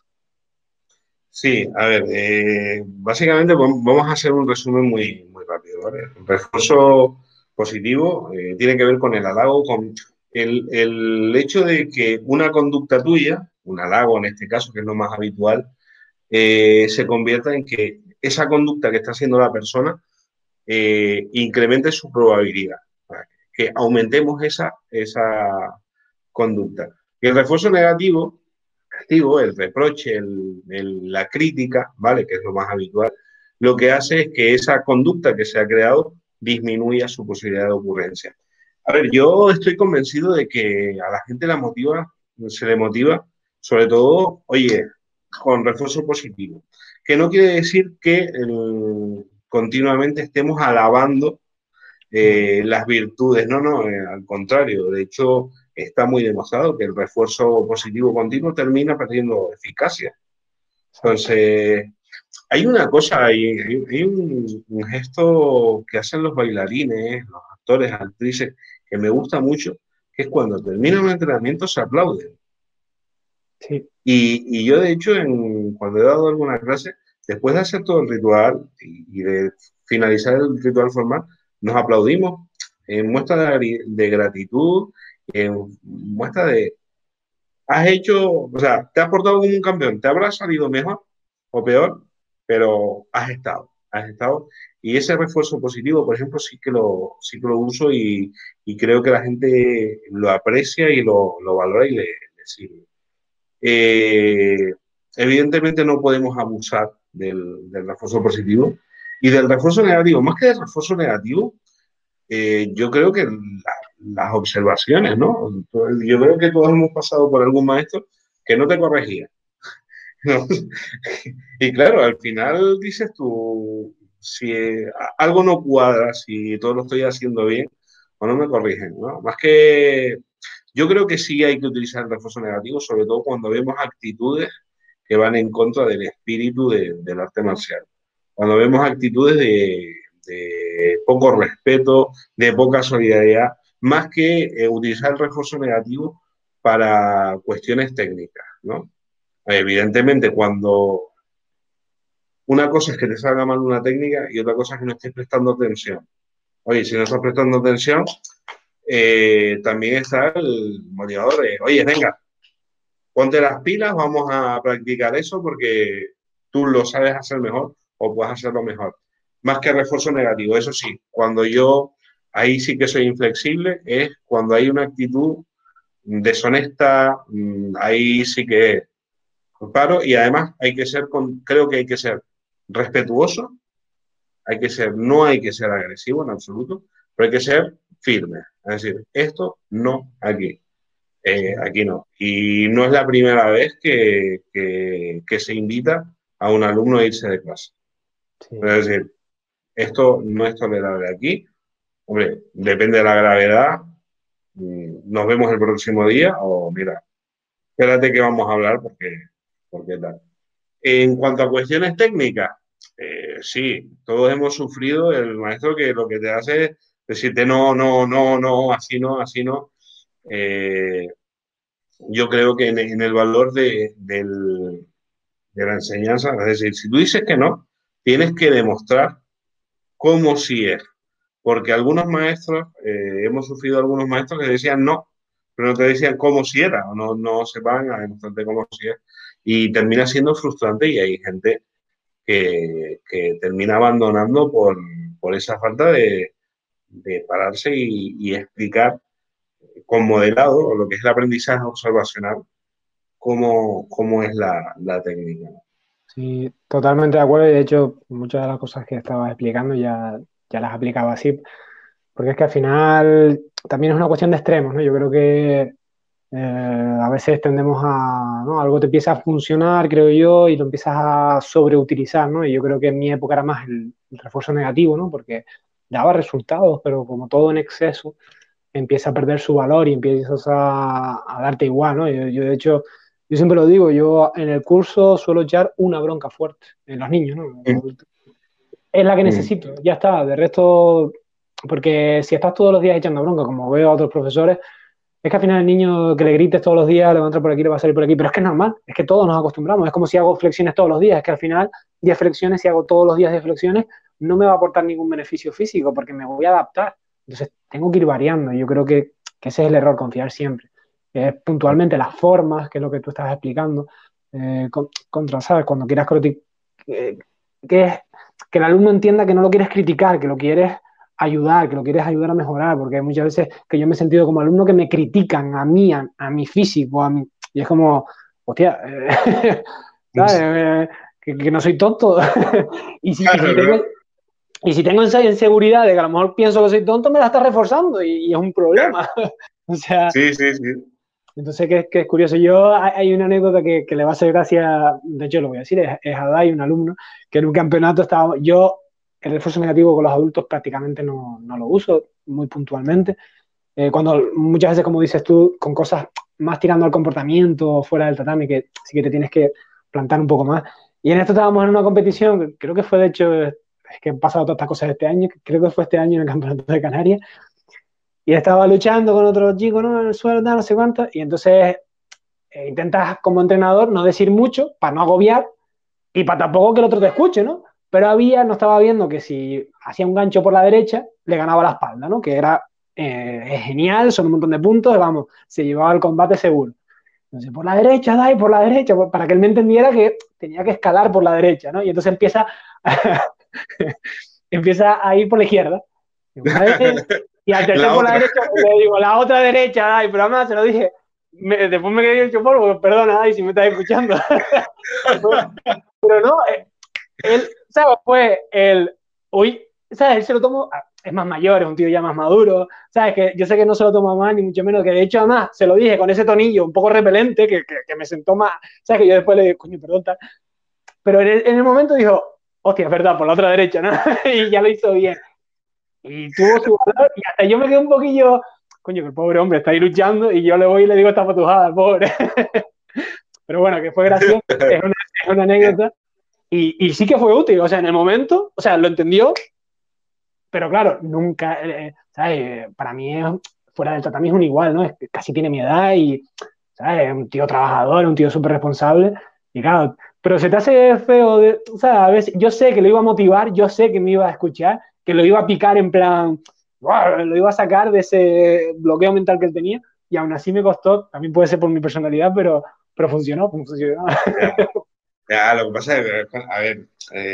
Sí, a ver, básicamente vamos a hacer un resumen muy rápido, ¿vale? El refuerzo positivo tiene que ver con el halago, con el hecho de que una conducta tuya, un halago en este caso, que es lo más habitual, se convierta en que esa conducta que está haciendo la persona incremente su probabilidad, ¿vale? Que aumentemos esa conducta. Y el refuerzo negativo, castigo, el reproche, la crítica, ¿vale? Que es lo más habitual, lo que hace es que esa conducta que se ha creado disminuya su posibilidad de ocurrencia. A ver, yo estoy convencido de que a la gente se le motiva, sobre todo, oye, con refuerzo positivo, que no quiere decir que continuamente estemos alabando las virtudes. No, no, al contrario. De hecho, está muy demostrado que el refuerzo positivo continuo termina perdiendo eficacia. Exacto. Entonces, hay una cosa, hay un gesto que hacen los bailarines, los actores, actrices, que me gusta mucho, que es cuando termina un entrenamiento se aplauden. Sí, Y yo, de hecho, cuando he dado alguna clase, después de hacer todo el ritual y de finalizar el ritual formal, nos aplaudimos en muestra de gratitud, en muestra de, has hecho, o sea, te has portado como un campeón, te habrá salido mejor o peor, pero has estado. Y ese refuerzo positivo, por ejemplo, sí que lo uso y creo que la gente lo aprecia y lo valora y le sirve. Eh, Evidentemente no podemos abusar del refuerzo positivo y del refuerzo negativo. Más que del refuerzo negativo, yo creo que las observaciones, ¿no? Yo creo que todos hemos pasado por algún maestro que no te corregía, ¿no? Y claro, al final dices tú, si algo no cuadra, si todo lo estoy haciendo bien o no me corrigen, ¿no? Más que yo creo que sí hay que utilizar el refuerzo negativo, sobre todo cuando vemos actitudes que van en contra del espíritu del arte marcial. Cuando vemos actitudes de poco respeto, de poca solidaridad, más que utilizar el refuerzo negativo para cuestiones técnicas, ¿no? Evidentemente, cuando una cosa es que te salga mal una técnica y otra cosa es que no estés prestando atención. Oye, si no estás prestando atención, también está el motivador de, oye, venga, ponte las pilas, vamos a practicar eso porque tú lo sabes hacer mejor o puedes hacerlo mejor. Más que refuerzo negativo, eso sí, cuando yo ahí sí que soy inflexible, es cuando hay una actitud deshonesta, ahí sí que paro y además hay que ser, creo que hay que ser respetuoso, no hay que ser agresivo en absoluto, pero hay que ser firme. Es decir, esto no aquí. sí, Aquí no. Y no es la primera vez que se invita a un alumno a irse de clase. sí. Es decir, esto no es tolerable aquí. Hombre, depende de la gravedad. Nos vemos el próximo día o mira, espérate que vamos a hablar porque tal. En cuanto a cuestiones técnicas, sí, todos hemos sufrido el maestro que lo que te hace es decirte no, no, no, no, así no, así no. Eh, yo creo que en el valor de la enseñanza, es decir, si tú dices que no, tienes que demostrar cómo sí es. Porque algunos maestros, hemos sufrido algunos maestros que decían no, pero no te decían cómo sí era, o no, no se van a demostrarte cómo sí es. Y termina siendo frustrante y hay gente que termina abandonando por esa falta de pararse y explicar con modelado, o lo que es el aprendizaje observacional, cómo es la técnica. Sí, totalmente de acuerdo y de hecho muchas de las cosas que estabas explicando ya las aplicaba así, porque es que al final también es una cuestión de extremos, ¿no? Yo creo que a veces tendemos a, ¿no? Algo te empieza a funcionar, creo yo, y lo empiezas a sobreutilizar, ¿no? Y yo creo que en mi época era más el refuerzo negativo, ¿no? Porque daba resultados, pero como todo en exceso, empieza a perder su valor y empiezas a darte igual, ¿no? Yo, de hecho, yo siempre lo digo, yo en el curso suelo echar una bronca fuerte en los niños, ¿no? En los adultos. Es la que Mm. necesito, ya está, de resto, porque si estás todos los días echando bronca, como veo a otros profesores, es que al final el niño que le grites todos los días, le va a entrar por aquí, le va a salir por aquí, pero es que es normal, es que todos nos acostumbramos, es como si hago flexiones todos los días, es que al final 10 flexiones, si hago todos los días 10 flexiones, no me va a aportar ningún beneficio físico porque me voy a adaptar. Entonces tengo que ir variando, yo creo que ese es el error, confiar siempre. Es puntualmente las formas, que es lo que tú estás explicando, contra, ¿sabes? Cuando quieras eh, que es que el alumno entienda que no lo quieres criticar, que lo quieres ayudar, que lo quieres ayudar a mejorar, porque hay muchas veces que yo me he sentido como alumno que me critican a mí, a mi físico, a mí, y es como, hostia, ¿sabes? Que no soy tonto. Claro, claro, Y si tengo esa inseguridad de que a lo mejor pienso que soy tonto, me la estás reforzando y es un claro. problema. O sea, Sí, sí, sí. entonces que es curioso. Yo hay una anécdota que le va a hacer gracia, de hecho lo voy a decir, es a Dai, un alumno, que en un campeonato estaba, yo el refuerzo negativo con los adultos prácticamente no lo uso, muy puntualmente. Cuando muchas veces, como dices tú, con cosas más tirando al comportamiento fuera del tatami, que sí que te tienes que plantar un poco más. Y en esto estábamos en una competición, que creo que fue de hecho, es que han pasado todas estas cosas este año, creo que fue este año en el Campeonato de Canarias, y estaba luchando con otro chico, ¿no? En el suelo, no sé cuánto, y entonces intentas como entrenador no decir mucho para no agobiar y para tampoco que el otro te escuche, ¿no? Pero no estaba viendo que si hacía un gancho por la derecha, le ganaba la espalda, ¿no? Que era genial, son un montón de puntos, vamos, se llevaba el combate seguro. Entonces, por la derecha, Dai, por la derecha, para que él me entendiera que tenía que escalar por la derecha, ¿no? Y entonces empieza a ir por la izquierda. Digo, madre, y al tercer La por la otra. derecha, le digo, la otra derecha, Dai, pero además se lo dije. Después me quedé hecho polvo, perdona, Dai, si me estás escuchando. Pero no, él, ¿sabes? Fue el, uy, ¿sabes? Él se lo tomó, es más mayor, es un tío ya más maduro, ¿sabes? Que yo sé que no se lo toma mal, ni mucho menos, que de hecho además se lo dije con ese tonillo un poco repelente, que me sentó más, ¿sabes? Que yo después le dije, coño, perdón, tal. Pero en el momento dijo, hostia, es verdad, por la otra derecha, ¿no? Y ya lo hizo bien. Y tuvo su valor, y hasta yo me quedé un poquillo, coño, que el pobre hombre está ahí luchando, y yo le voy y le digo esta patujada al pobre. Pero bueno, que fue gracioso, es una anécdota. Y sí que fue útil, o sea, en el momento, o sea, lo entendió, pero claro, nunca, ¿sabes? Para mí, fuera del tatami es un igual, ¿no? Casi tiene mi edad y, ¿sabes? Es un tío trabajador, un tío súper responsable. Y claro, pero se te hace feo, o sea, a veces, yo sé que lo iba a motivar, yo sé que me iba a escuchar, que lo iba a picar en plan, ¡guau! Lo iba a sacar de ese bloqueo mental que él tenía, y aún así me costó, también puede ser por mi personalidad, pero funcionó. Ya, ya, lo que pasa es que, a ver,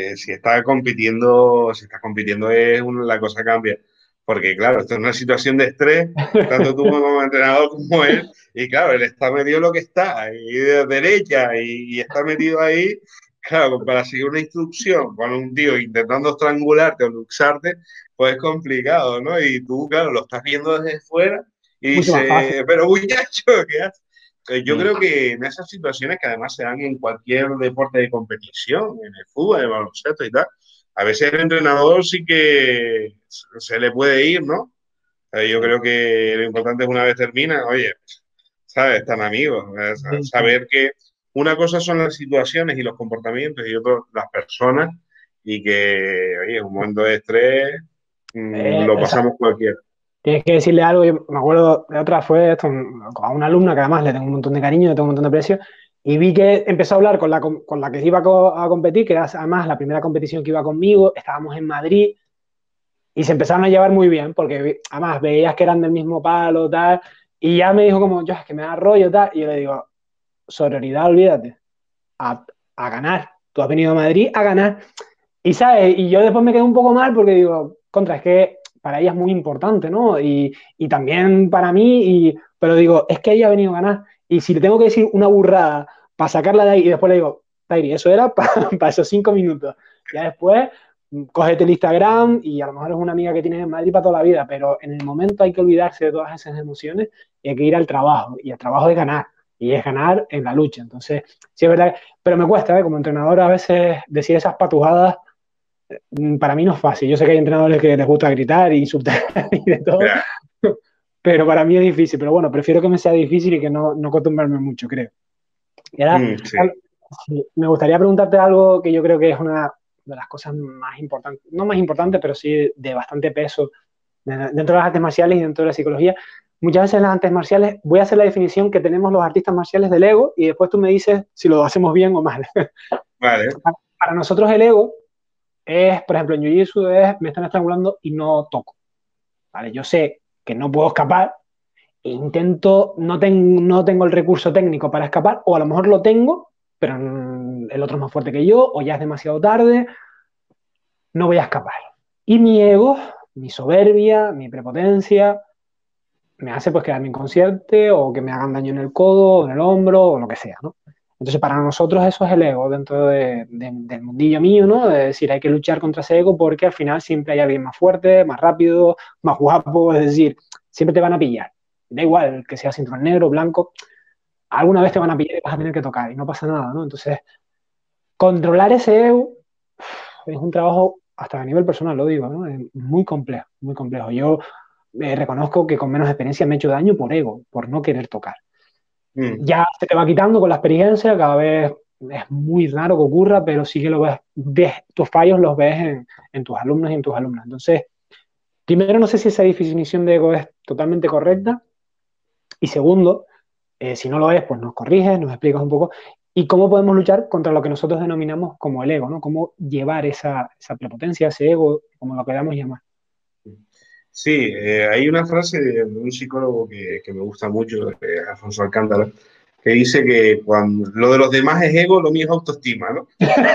si estás compitiendo la cosa cambia. Porque claro, esto es una situación de estrés, tanto tú como entrenador como él, y claro, él está metido en lo que está, y de derecha, y está metido ahí, claro, para seguir una instrucción con un tío intentando estrangularte o luxarte, pues es complicado, ¿no? Y tú, claro, lo estás viendo desde fuera y Mucho más fácil. dices, pero muchacho, ¿qué haces? Yo Sí. creo que en esas situaciones que además se dan en cualquier deporte de competición, en el fútbol, en el baloncesto y tal, a veces el entrenador sí que se le puede ir, ¿no? Yo creo que lo importante es una vez termina, oye, ¿sabes? Están amigos, Sí, sí. saber que una cosa son las situaciones y los comportamientos y otra las personas y que, oye, un momento de estrés lo pasamos cualquiera. Tienes que decirle algo. Yo me acuerdo de otra, fue esto, a una alumna que además le tengo un montón de cariño, le tengo un montón de aprecio, y vi que empezó a hablar con la que iba a competir, que era además la primera competición que iba conmigo, estábamos en Madrid, y se empezaron a llevar muy bien, porque además veías que eran del mismo palo, tal, y ya me dijo como, yo, es que me da rollo, tal, y yo le digo, sororidad, olvídate, a ganar. Tú has venido a Madrid a ganar. Y, ¿sabes? Y yo después me quedé un poco mal porque digo, contra, es que para ella es muy importante, ¿no? Y también para mí, pero digo, es que ella ha venido a ganar. Y si le tengo que decir una burrada para sacarla de ahí y después le digo, Tairi, eso era para esos 5 minutos. Ya después, cógete el Instagram y a lo mejor es una amiga que tienes en Madrid para toda la vida, pero en el momento hay que olvidarse de todas esas emociones y hay que ir al trabajo. Y el trabajo es ganar. Y es ganar en la lucha. Entonces, sí es verdad, pero me cuesta, ¿eh? Como entrenador a veces decir esas patujadas Para mí no es fácil. Yo sé que hay entrenadores que les gusta gritar y insultar y de todo, Ya. pero para mí es difícil. Pero bueno, prefiero que me sea difícil y que no acostumbrarme mucho, creo. Y ahora, Sí. sí, me gustaría preguntarte algo que yo creo que es una de las cosas más importantes, no más importantes, pero sí de bastante peso dentro de las artes marciales y dentro de la psicología. Muchas veces en las artes marciales voy a hacer la definición que tenemos los artistas marciales del ego y después tú me dices si lo hacemos bien o mal. Vale. Para nosotros el ego es, por ejemplo, en Jiu-Jitsu es me están estrangulando y no toco. ¿Vale? Yo sé que no puedo escapar, e intento, no tengo el recurso técnico para escapar, o a lo mejor lo tengo, pero el otro es más fuerte que yo, o ya es demasiado tarde, no voy a escapar. Y mi ego, mi soberbia, mi prepotencia, me hace pues quedarme inconsciente o que me hagan daño en el codo, en el hombro o lo que sea, ¿no? Entonces, para nosotros eso es el ego dentro del mundillo mío, ¿no? De decir, hay que luchar contra ese ego porque al final siempre hay alguien más fuerte, más rápido, más guapo, es decir, siempre te van a pillar. Da igual que sea cinturón negro, blanco, alguna vez te van a pillar y vas a tener que tocar y no pasa nada, ¿no? Entonces, controlar ese ego es un trabajo, hasta a nivel personal lo digo, ¿no? Es muy complejo, muy complejo. Yo reconozco que con menos experiencia me he hecho daño por ego, por no querer tocar. Mm. Ya se te va quitando con la experiencia, cada vez es muy raro que ocurra, pero sí que lo ves tus fallos los ves en tus alumnos y en tus alumnas. Entonces, primero, no sé si esa definición de ego es totalmente correcta, y segundo, si no lo es, pues nos corriges, nos explicas un poco, y cómo podemos luchar contra lo que nosotros denominamos como el ego, ¿no? Cómo llevar esa prepotencia, ese ego, como lo queramos llamar. Sí, hay una frase de un psicólogo que me gusta mucho, Alfonso Alcántara, que dice que cuando lo de los demás es ego, lo mío es autoestima, ¿no?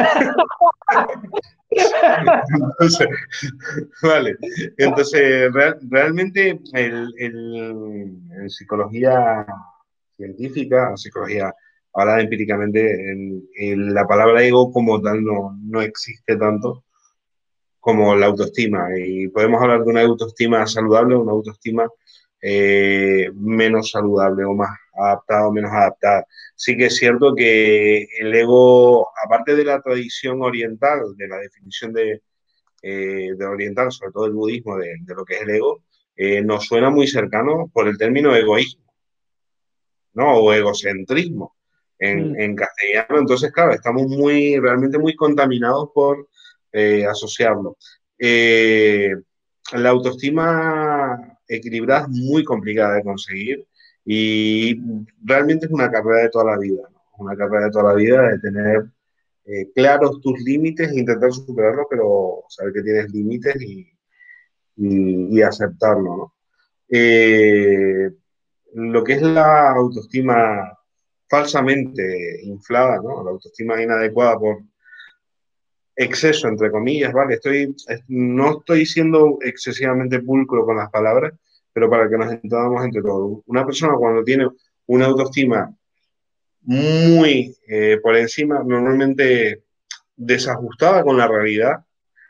Entonces, vale. Entonces, realmente en psicología científica, o psicología hablada empíricamente, la palabra ego como tal no existe tanto como la autoestima. Y podemos hablar de una autoestima saludable o una autoestima menos saludable o más adaptada o menos adaptada. Sí que es cierto que el ego, aparte de la tradición oriental, de la definición de oriental, sobre todo el budismo, de lo que es el ego, nos suena muy cercano por el término egoísmo, ¿no? O egocentrismo Mm, en castellano. Entonces, claro, estamos realmente muy contaminados por asociarlo. Eh, la autoestima equilibrada es muy complicada de conseguir y realmente es una carrera de toda la vida, ¿no? Una carrera de toda la vida de tener claros tus límites e intentar superarlos, pero saber que tienes límites y aceptarlo, ¿no? Eh, lo que es la autoestima falsamente inflada, ¿no? La autoestima inadecuada por exceso, entre comillas, ¿vale? No estoy siendo excesivamente pulcro con las palabras, pero para que nos entendamos entre todos. Una persona cuando tiene una autoestima muy por encima, normalmente desajustada con la realidad,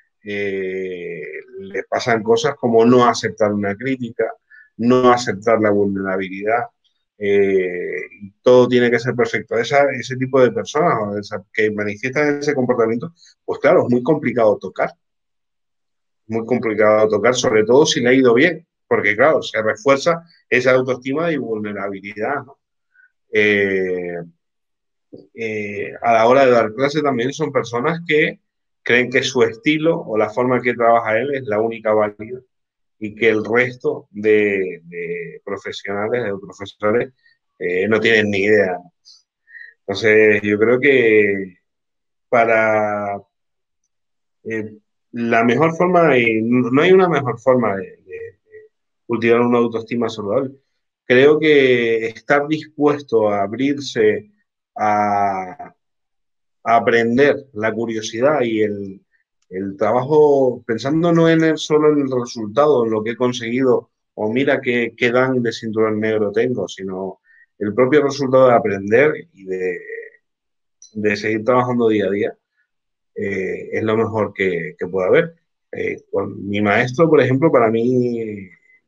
le pasan cosas como no aceptar una crítica, no aceptar la vulnerabilidad, todo tiene que ser perfecto. Ese tipo de personas que manifiestan ese comportamiento, pues claro, es muy complicado tocar, sobre todo si le ha ido bien, porque claro, se refuerza esa autoestima y vulnerabilidad, ¿no? Eh, a la hora de dar clase también son personas que creen que su estilo o la forma en que trabaja él es la única válida y que el resto de profesionales, de profesores, no tienen ni idea. Entonces, yo creo que para la mejor forma, y no hay una mejor forma de cultivar una autoestima saludable. Creo que estar dispuesto a abrirse a aprender, la curiosidad y el trabajo, pensando no solo en el resultado, en lo que he conseguido, o mira qué dan de cinturón negro tengo, sino el propio resultado de aprender y de seguir trabajando día a día, es lo mejor que puede haber. Con mi maestro, por ejemplo, para mí,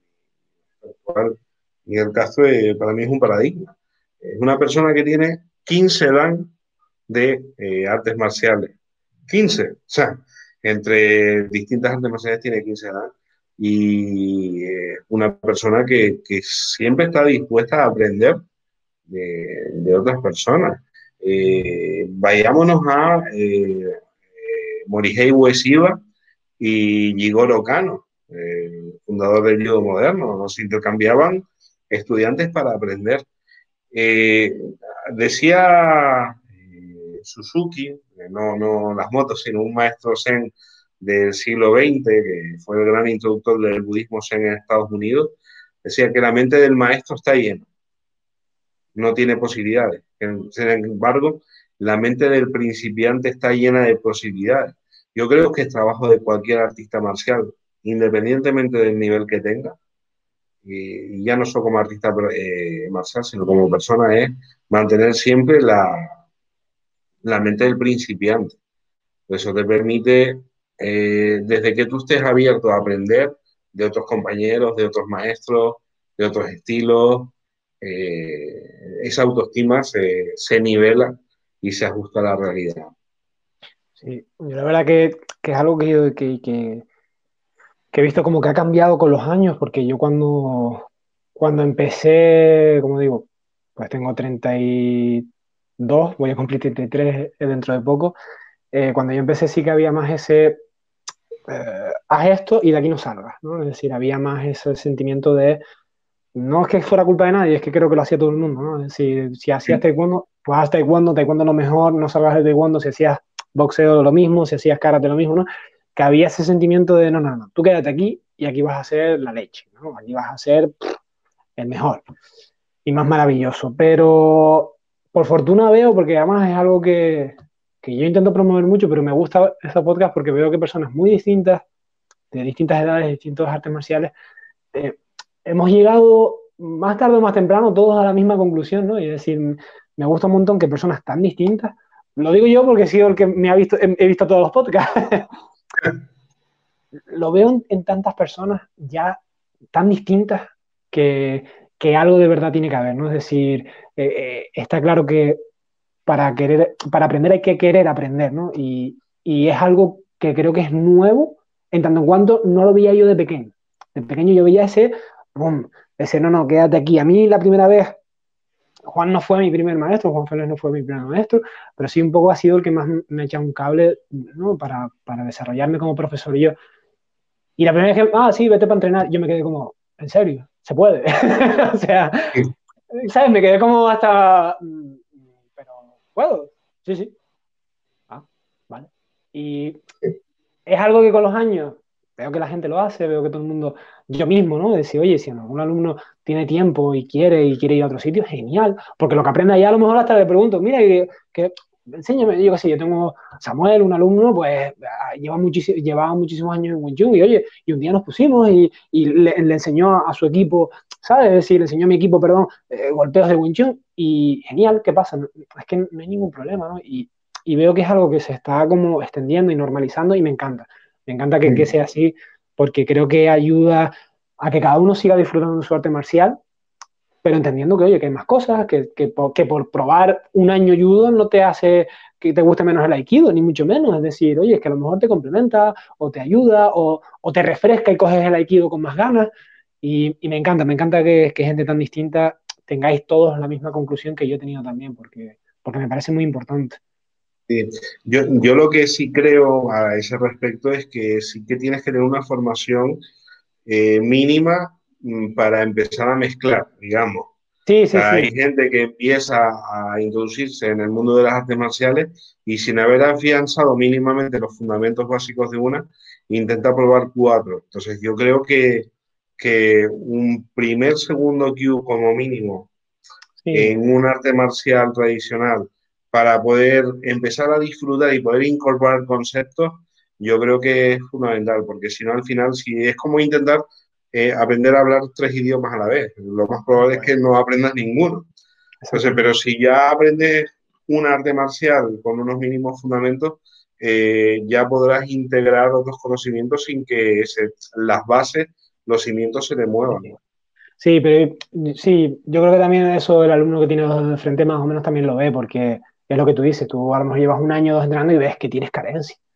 Miguel Castro, para mí es un paradigma. Es una persona que tiene 15 dan de artes marciales. 15. O sea, entre distintas artes marciales tiene 15 años y una persona que siempre está dispuesta a aprender de otras personas. Vayámonos a Morihei Ueshiba y Jigoro Kano, fundador del judo moderno. Nos intercambiaban estudiantes para aprender. Eh, Decía Suzuki, no las motos, sino un maestro zen del siglo XX, que fue el gran introductor del budismo zen en Estados Unidos, decía que la mente del maestro está llena, no tiene posibilidades. Sin embargo, la mente del principiante está llena de posibilidades. Yo creo que es trabajo de cualquier artista marcial, independientemente del nivel que tenga, y ya no solo como artista marcial, sino como persona, es mantener siempre la mente del principiante. Eso te permite, desde que tú estés abierto a aprender de otros compañeros, de otros maestros, de otros estilos, esa autoestima se nivela y se ajusta a la realidad. Sí, yo la verdad que es algo que he visto como que ha cambiado con los años, porque yo cuando empecé, como digo, pues tengo 32, voy a cumplir 33 dentro de poco. Cuando yo empecé sí que había más ese, haz esto y de aquí no salgas, ¿no? Es decir, había más ese sentimiento de, no es que fuera culpa de nadie, es que creo que lo hacía todo el mundo, ¿no? Es decir, si hacías taekwondo, pues haz taekwondo, taekwondo lo mejor, no salgas de taekwondo, si hacías boxeo lo mismo, si hacías karate lo mismo, ¿no? Que había ese sentimiento de, no, tú quédate aquí y aquí vas a ser la leche, ¿no? Aquí vas a ser el mejor y más maravilloso. Pero por fortuna veo, porque además es algo que yo intento promover mucho, pero me gusta este podcast porque veo que personas muy distintas, de distintas edades, de distintos artes marciales, eh, hemos llegado más tarde o más temprano todos a la misma conclusión, ¿no? Y es decir, me gusta un montón que personas tan distintas, lo digo yo porque he sido el que me ha visto, he visto todos los podcasts, lo veo en tantas personas ya tan distintas que, que algo de verdad tiene que haber, ¿no? Es decir, está claro que para aprender hay que querer aprender, ¿no? Y es algo que creo que es nuevo, en tanto en cuanto no lo veía yo de pequeño. De pequeño yo veía ese, boom, ese no, quédate aquí. A mí la primera vez, Juan no fue mi primer maestro, Juan Félix no fue mi primer maestro, pero sí un poco ha sido el que más me ha echado un cable, ¿no? Para desarrollarme como profesor. Y la primera vez que, sí, vete para entrenar, yo me quedé como, ¿en serio? ¿Se puede? O sea, ¿sabes? Me quedé como hasta, pero, ¿puedo? Sí, sí. Ah, vale. Y es algo que con los años veo que la gente lo hace, veo que todo el mundo, yo mismo, ¿no? Decir, oye, si algún alumno tiene tiempo y quiere ir a otro sitio, genial, porque lo que aprende allá a lo mejor hasta le pregunto, mira, enséñame, yo qué sé, yo tengo Samuel, un alumno, pues llevaba muchísimos años en Wing Chun y oye, y un día nos pusimos y le enseñó a su equipo, ¿sabes? Es decir, le enseñó a mi equipo, perdón, golpeos de Wing Chun y genial, ¿qué pasa? Es que no hay ningún problema, ¿no? Y veo que es algo que se está como extendiendo y normalizando y me encanta. Me encanta que sea así porque creo que ayuda a que cada uno siga disfrutando de su arte marcial, pero entendiendo que, oye, que hay más cosas, que por probar un año judo no te hace que te guste menos el aikido, ni mucho menos. Es decir, oye, es que a lo mejor te complementa o te ayuda o te refresca y coges el aikido con más ganas. Y me encanta que gente tan distinta tengáis todos la misma conclusión que yo he tenido también, porque me parece muy importante. Sí. Yo lo que sí creo a ese respecto es que sí que tienes que tener una formación mínima para empezar a mezclar, digamos. O Sí, sí, sea, hay sí. gente que empieza a introducirse en el mundo de las artes marciales y sin haber afianzado mínimamente los fundamentos básicos de una, intenta probar cuatro. Entonces yo creo que un primer, segundo Q como mínimo Sí, en un arte marcial tradicional para poder empezar a disfrutar y poder incorporar conceptos, yo creo que es fundamental, porque si no, al final, si es como intentar aprender a hablar tres idiomas a la vez, lo más probable es pues, que no aprendas ninguno. Entonces, pero exactamente. si ya aprendes un arte marcial con unos mínimos fundamentos, ya podrás integrar otros conocimientos sin que las bases, los cimientos se te muevan. Sí. Sí, pero sí, yo creo que también eso el alumno que tiene los dedos de frente más o menos también lo ve, porque es lo que tú dices, tú a lo mejor llevas un año o dos entrenando y ves que tienes carencia.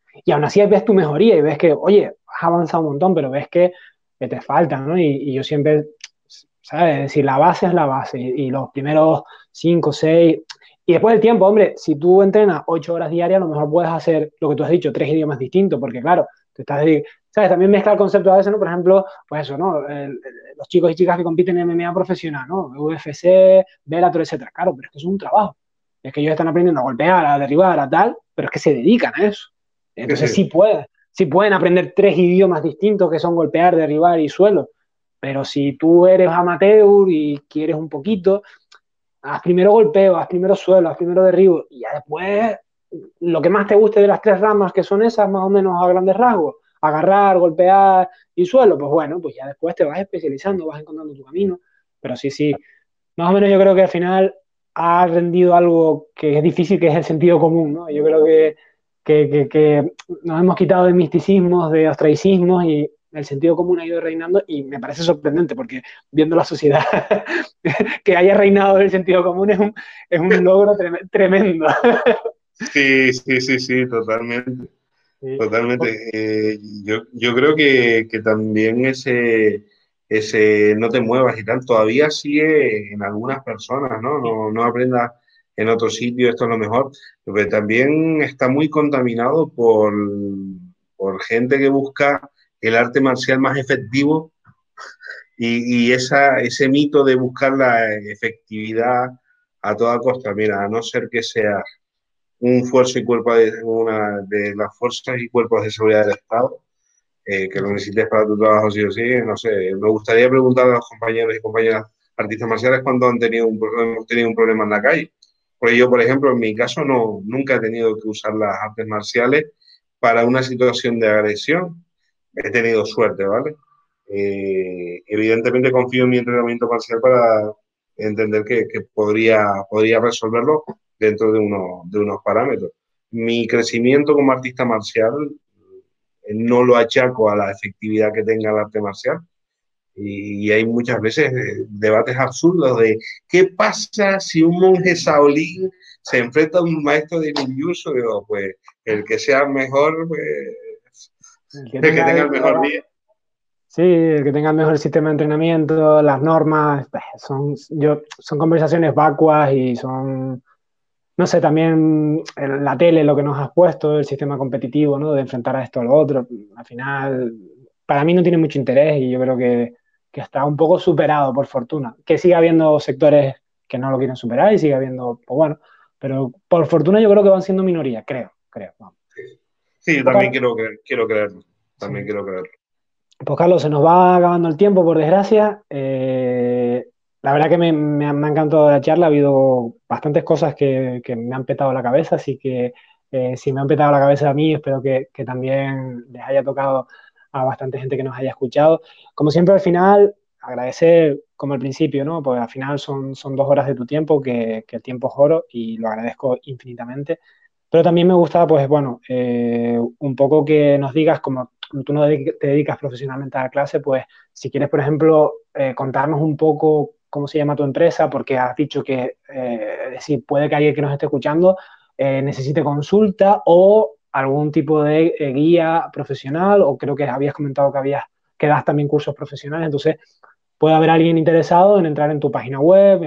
Y aún así ves tu mejoría y ves que, oye, has avanzado un montón, pero ves que te falta, ¿no? Y yo siempre, ¿sabes? Es decir, la base es la base y los primeros 5, 6... Y después del tiempo, hombre, si tú entrenas 8 horas diarias, a lo mejor puedes hacer lo que tú has dicho, 3 idiomas distintos, porque claro, te estás ¿sabes? También mezcla el concepto a veces, ¿no? Por ejemplo, pues eso, ¿no? Los chicos y chicas que compiten en MMA profesional, ¿no? UFC, Bellator, etcétera. Claro, pero es que es un trabajo. Es que ellos están aprendiendo a golpear, a derribar, a tal, pero es que se dedican a eso. Sí, Entonces sí, sí pueden aprender 3 idiomas distintos que son golpear, derribar y suelo. Pero si tú eres amateur y quieres un poquito, haz primero golpeo, haz primero suelo, haz primero derribo y ya después lo que más te guste de las 3 ramas que son esas, más o menos a grandes rasgos, agarrar, golpear y suelo, pues bueno, pues ya después te vas especializando, vas encontrando tu camino. Pero sí, más o menos yo creo que al final ha rendido algo que es difícil, que es el sentido común, ¿no? Yo creo que nos hemos quitado de misticismos, de ostracismos y el sentido común ha ido reinando y me parece sorprendente porque viendo la sociedad que haya reinado el sentido común es un logro tremendo. sí, totalmente. Sí. Totalmente. Yo creo que también ese no te muevas y tal, todavía sigue en algunas personas, ¿no? No aprendas en otro sitio, esto es lo mejor, pero también está muy contaminado por gente que busca el arte marcial más efectivo y ese mito de buscar la efectividad a toda costa. Mira, a no ser que sea un fuerza y cuerpo de una de las fuerzas y cuerpos de seguridad del Estado, que lo necesites para tu trabajo sí o sí, no sé, me gustaría preguntar a los compañeros y compañeras artistas marciales cuando hemos tenido un problema en la calle. Porque yo, por ejemplo, en mi caso nunca he tenido que usar las artes marciales para una situación de agresión. He tenido suerte, ¿vale? Evidentemente confío en mi entrenamiento marcial para entender que podría resolverlo dentro de unos parámetros. Mi crecimiento como artista marcial no lo achaco a la efectividad que tenga el arte marcial. Y hay muchas veces debates absurdos de qué pasa si un monje Shaolin se enfrenta a un maestro de ninjutsu. Digo, pues el que sea mejor, pues El que el que tenga tenga el mejor día. sí, el que tenga el mejor sistema de entrenamiento, las normas, pues, son conversaciones vacuas y son, no sé, también la tele, lo que nos has puesto, el sistema competitivo, ¿no? De enfrentar a esto o lo otro. Al final, para mí no tiene mucho interés y yo creo que está un poco superado, por fortuna. Que siga habiendo sectores que no lo quieren superar y siga habiendo, pues bueno, pero por fortuna yo creo que van siendo minoría, creo. Vamos. Sí, yo Pues, también quiero creerlo. También sí. quiero creerlo. Pues Carlos, se nos va acabando el tiempo, por desgracia. La verdad que me ha encantado la charla, ha habido bastantes cosas que me han petado la cabeza, así que si me han petado la cabeza a mí, espero que también les haya tocado a bastante gente que nos haya escuchado. Como siempre, al final, agradecer, como al principio, ¿no? Pues al final son 2 horas de tu tiempo, que el tiempo es oro y lo agradezco infinitamente. Pero también me gusta, pues bueno, un poco que nos digas, como tú no te dedicas profesionalmente a la clase, pues si quieres, por ejemplo, contarnos un poco cómo se llama tu empresa, porque has dicho que, es decir, puede que alguien que nos esté escuchando necesite consulta o algún tipo de guía profesional, o creo que habías comentado que das también cursos profesionales, entonces puede haber alguien interesado en entrar en tu página web,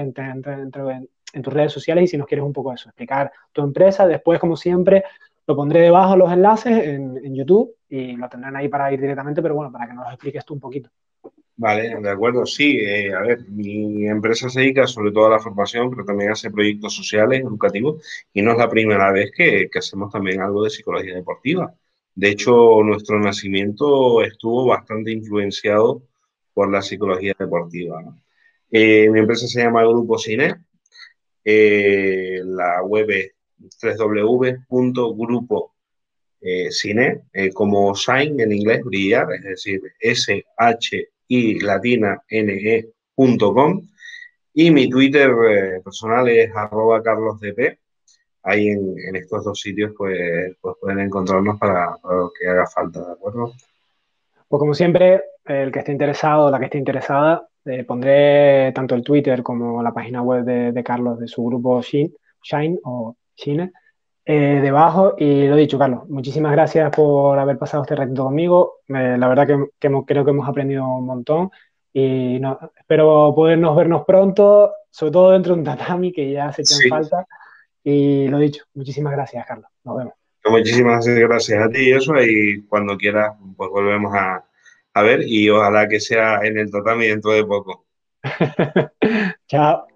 en tus redes sociales y si nos quieres un poco eso, explicar tu empresa. Después, como siempre, lo pondré debajo los enlaces en YouTube y lo tendrán ahí para ir directamente, pero bueno, para que nos los expliques tú un poquito. Vale, de acuerdo. Sí, a ver, mi empresa se dedica sobre todo a la formación, pero también hace proyectos sociales, educativos, y no es la primera vez que hacemos también algo de psicología deportiva. De hecho, nuestro nacimiento estuvo bastante influenciado por la psicología deportiva, ¿no? Mi empresa se llama Grupo Cine, la web es www.grupo cine, como shine en inglés, brillar, es decir, SHI latina NE.com. Y mi Twitter personal es @carlosdp. Ahí en estos dos sitios pues pueden encontrarnos para lo que haga falta, ¿de acuerdo? Pues como siempre, el que esté interesado o la que esté interesada, pondré tanto el Twitter como la página web de Carlos de su grupo Shine o Shine. debajo. Y lo dicho, Carlos, muchísimas gracias por haber pasado este ratito conmigo. La verdad creo que hemos aprendido un montón y espero podernos vernos pronto, sobre todo dentro de un tatami que ya se echan Sí, falta. Y lo dicho, muchísimas gracias, Carlos. Nos vemos. muchísimas gracias a ti y eso, y cuando quieras, pues volvemos a ver y ojalá que sea en el tatami dentro de poco. Chao.